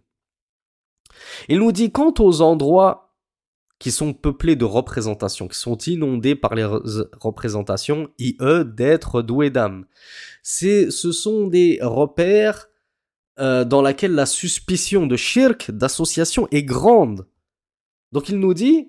Il nous dit quant aux endroits qui sont peuplés de représentations, qui sont inondés par les re- représentations, i e d'être doués d'âme. C'est, ce sont des repères euh, dans lesquels la suspicion de shirk, d'association est grande. Donc il nous dit,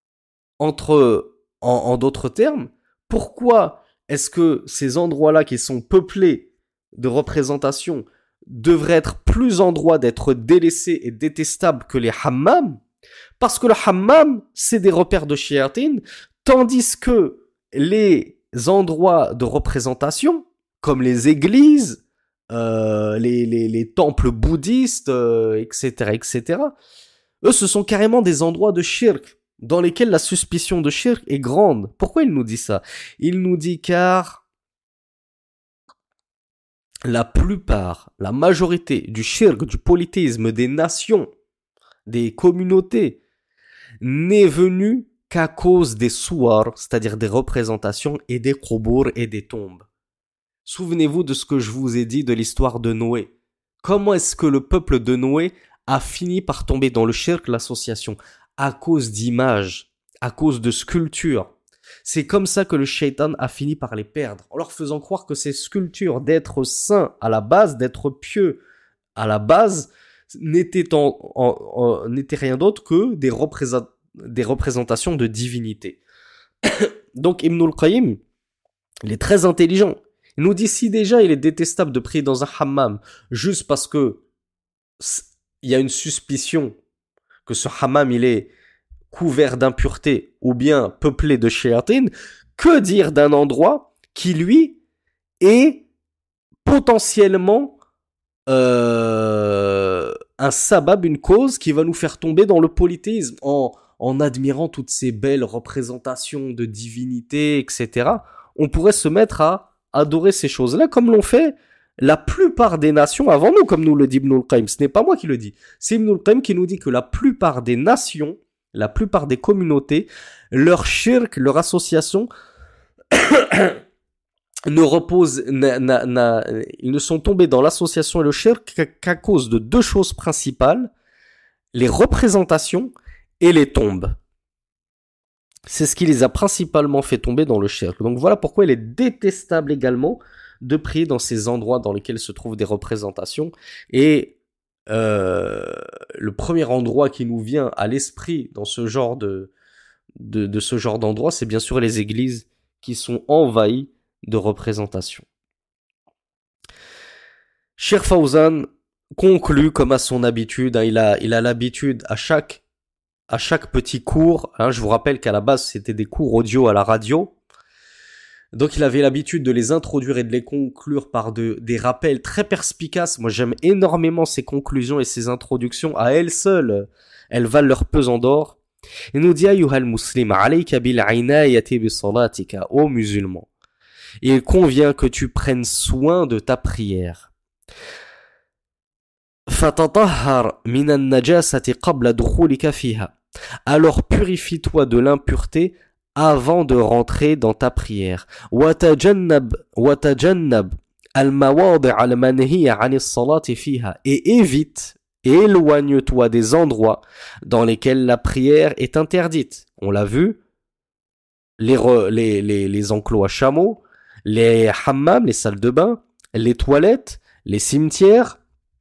entre, en, en d'autres termes, pourquoi est-ce que ces endroits-là qui sont peuplés de représentations devraient être plus en droit d'être délaissés et détestables que les hammams? Parce que le hammam, c'est des repères de shayatin, tandis que les endroits de représentation, comme les églises, euh, les, les, les temples bouddhistes, euh, et cetera, et cetera, eux, ce sont carrément des endroits de shirk, dans lesquels la suspicion de shirk est grande. Pourquoi il nous dit ça? Il nous dit car la plupart, la majorité du shirk, du polythéisme des nations, des communautés, n'est venu qu'à cause des suwar, c'est-à-dire des représentations, et des qubur et des tombes. Souvenez-vous de ce que je vous ai dit de l'histoire de Noé. Comment est-ce que le peuple de Noé a fini par tomber dans le shirk, l'association? À cause d'images, à cause de sculptures. C'est comme ça que le shaitan a fini par les perdre, en leur faisant croire que ces sculptures d'être saints à la base, d'être pieux à la base, n'étaient, en, en, en, n'étaient rien d'autre que des, représent, des représentations de divinité. Donc Ibn al-Qayyim, il est très intelligent. Il nous dit si déjà il est détestable de prier dans un hammam juste parce que il y a une suspicion que ce hammam il est couvert d'impureté ou bien peuplé de shayatin, que dire d'un endroit qui lui est potentiellement euh, un sabab, une cause qui va nous faire tomber dans le polythéisme en, en admirant toutes ces belles représentations de divinité, et cetera. On pourrait se mettre à adorer ces choses-là comme l'ont fait la plupart des nations avant nous, comme nous le dit Ibn al-Qayyim. Ce n'est pas moi qui le dis, c'est Ibn al-Qayyim qui nous dit que la plupart des nations, la plupart des communautés, leur shirk, leur association ne reposent, na, na, na, ils ne sont tombés dans l'association et le shirk qu'à cause de deux choses principales, les représentations et les tombes. C'est ce qui les a principalement fait tomber dans le shirk. Donc voilà pourquoi il est détestable également de prier dans ces endroits dans lesquels se trouvent des représentations. Et euh, le premier endroit qui nous vient à l'esprit dans ce genre de, de, de ce genre d'endroit, c'est bien sûr les églises qui sont envahies de représentations. Cheikh Fawzan conclut comme à son habitude, hein, il a, il a l'habitude à chaque à chaque petit cours, hein, je vous rappelle qu'à la base c'était des cours audio à la radio, donc il avait l'habitude de les introduire et de les conclure par de, des rappels très perspicaces. Moi j'aime énormément ces conclusions et ces introductions, à elles seules, elles valent leur pesant d'or. Il nous dit ayyuhal muslim, alayka bil inayati bi salatika, ô musulman, il convient que tu prennes soin de ta prière. Fatatahhar min an-najasati qabla dukhulika fiha. Alors purifie-toi de l'impureté avant de rentrer dans ta prière. Watajannab watajannab al-mawadi' al-manhiya 'an as-salati fiha. Et évite, éloigne-toi des endroits dans lesquels la prière est interdite. On l'a vu, les, re, les, les, les enclos à chameaux, les hammams, les salles de bain, les toilettes, les cimetières.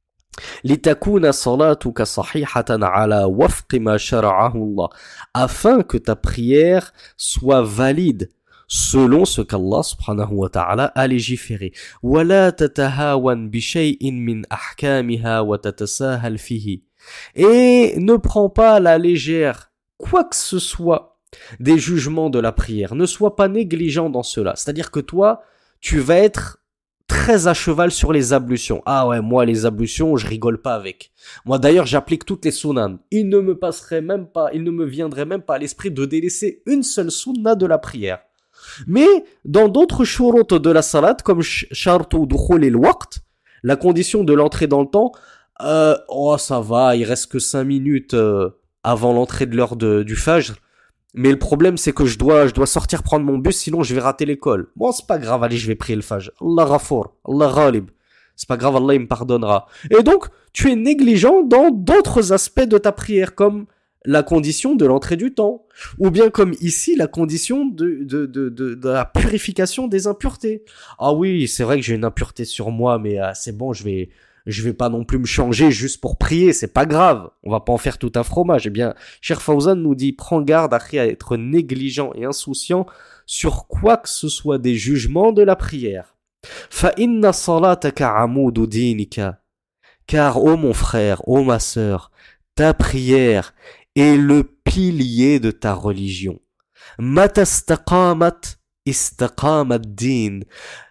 لِتَكُونَ صَلَاتُكَ صَحِيحَةً عَلَى وَفْقِ مَا شَرَعَهُ اللَّهُ, afin que ta prière soit valide selon ce qu'Allah subhanahu wa ta'ala a légiféré. وَلَا تَتَهَاوَنْ بِشَيْءٍ مِّنْ أَحْكَامِهَا وَتَتَسَاهَلْ فِيهِ. Et ne prends pas à la légère quoi que ce soit des jugements de la prière. Ne sois pas négligent dans cela. C'est-à-dire que toi, tu vas être très à cheval sur les ablutions. Ah ouais, moi les ablutions, je rigole pas avec. Moi d'ailleurs, j'applique toutes les sunnahs. Il ne me passerait même pas, il ne me viendrait même pas à l'esprit de délaisser une seule sunnah de la prière. Mais dans d'autres shurut de la salat, comme shartu dukhul al-waqt, la condition de l'entrée dans le temps, euh, oh ça va, il reste que cinq minutes euh, avant l'entrée de l'heure de, du fajr. Mais le problème, c'est que je dois, je dois sortir prendre mon bus, sinon je vais rater l'école. Bon, c'est pas grave, allez, je vais prier le fajr. Allah ghafour, Allah ghalib. C'est pas grave, Allah il me pardonnera. Et donc, tu es négligent dans d'autres aspects de ta prière, comme la condition de l'entrée du temps. Ou bien comme ici, la condition de, de, de, de, de la purification des impuretés. Ah oui, c'est vrai que j'ai une impureté sur moi, mais ah, c'est bon, je vais... je vais pas non plus me changer juste pour prier, c'est pas grave, on va pas en faire tout un fromage. Eh bien, Cheikh Fawzan nous dit, prends garde à être négligent et insouciant sur quoi que ce soit des jugements de la prière. Fa inna salataka amudu dinika, car ô mon frère, ô ma sœur, ta prière est le pilier de ta religion. Mata istaqamat istaqamat din.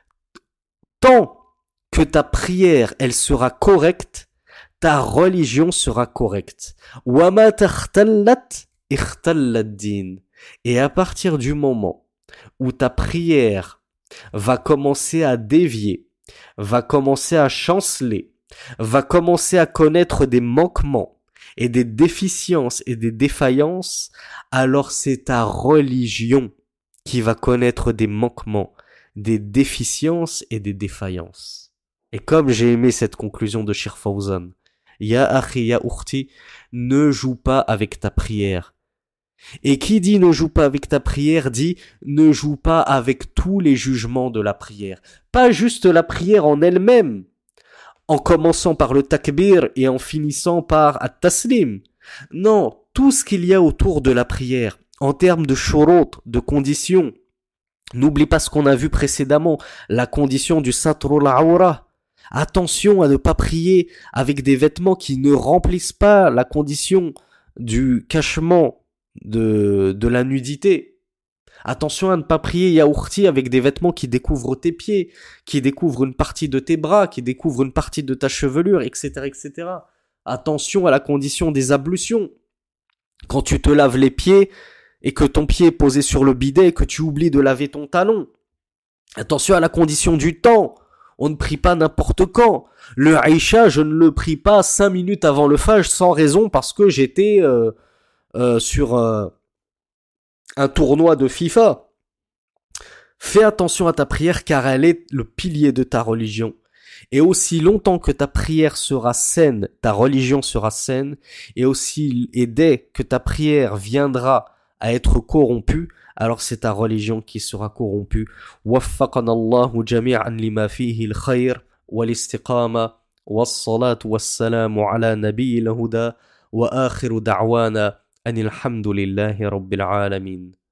Tant que ta prière, elle sera correcte, ta religion sera correcte. وَمَا تَخْتَلَّتْ اِخْتَلَّ الدِّينَ. Et à partir du moment où ta prière va commencer à dévier, va commencer à chanceler, va commencer à connaître des manquements et des déficiences et des défaillances, alors c'est ta religion qui va connaître des manquements, des déficiences et des défaillances. Et comme j'ai aimé cette conclusion de Cheikh Fawzan, Ya akhi, ya ukhti, ne joue pas avec ta prière. Et qui dit ne joue pas avec ta prière, dit ne joue pas avec tous les jugements de la prière. Pas juste la prière en elle-même, en commençant par le takbir et en finissant par at-taslim. Non, tout ce qu'il y a autour de la prière, en termes de shurut, de conditions, N'oublie pas ce qu'on a vu précédemment, la condition du satrul awra. Attention à ne pas prier avec des vêtements qui ne remplissent pas la condition du cachement de, de la nudité. Attention à ne pas prier yaourti avec des vêtements qui découvrent tes pieds, qui découvrent une partie de tes bras, qui découvrent une partie de ta chevelure, et cetera, et cetera. Attention à la condition des ablutions. Quand tu te laves les pieds et que ton pied est posé sur le bidet et que tu oublies de laver ton talon. Attention à la condition du temps. On ne prie pas n'importe quand. Le Aïcha, je ne le prie pas cinq minutes avant le Fajr sans raison parce que j'étais euh, euh, sur euh, un tournoi de FIFA. Fais attention à ta prière car elle est le pilier de ta religion. Et aussi longtemps que ta prière sera saine, ta religion sera saine, et aussi et dès que ta prière viendra à être corrompue, alors c'est ta religion qui sera corrompue. وفقنا الله جميعا لما فيه الخير والاستقامة والصلاة والسلام على نبي الهدى وآخر دعوانا أن الحمد لله رب العالمين.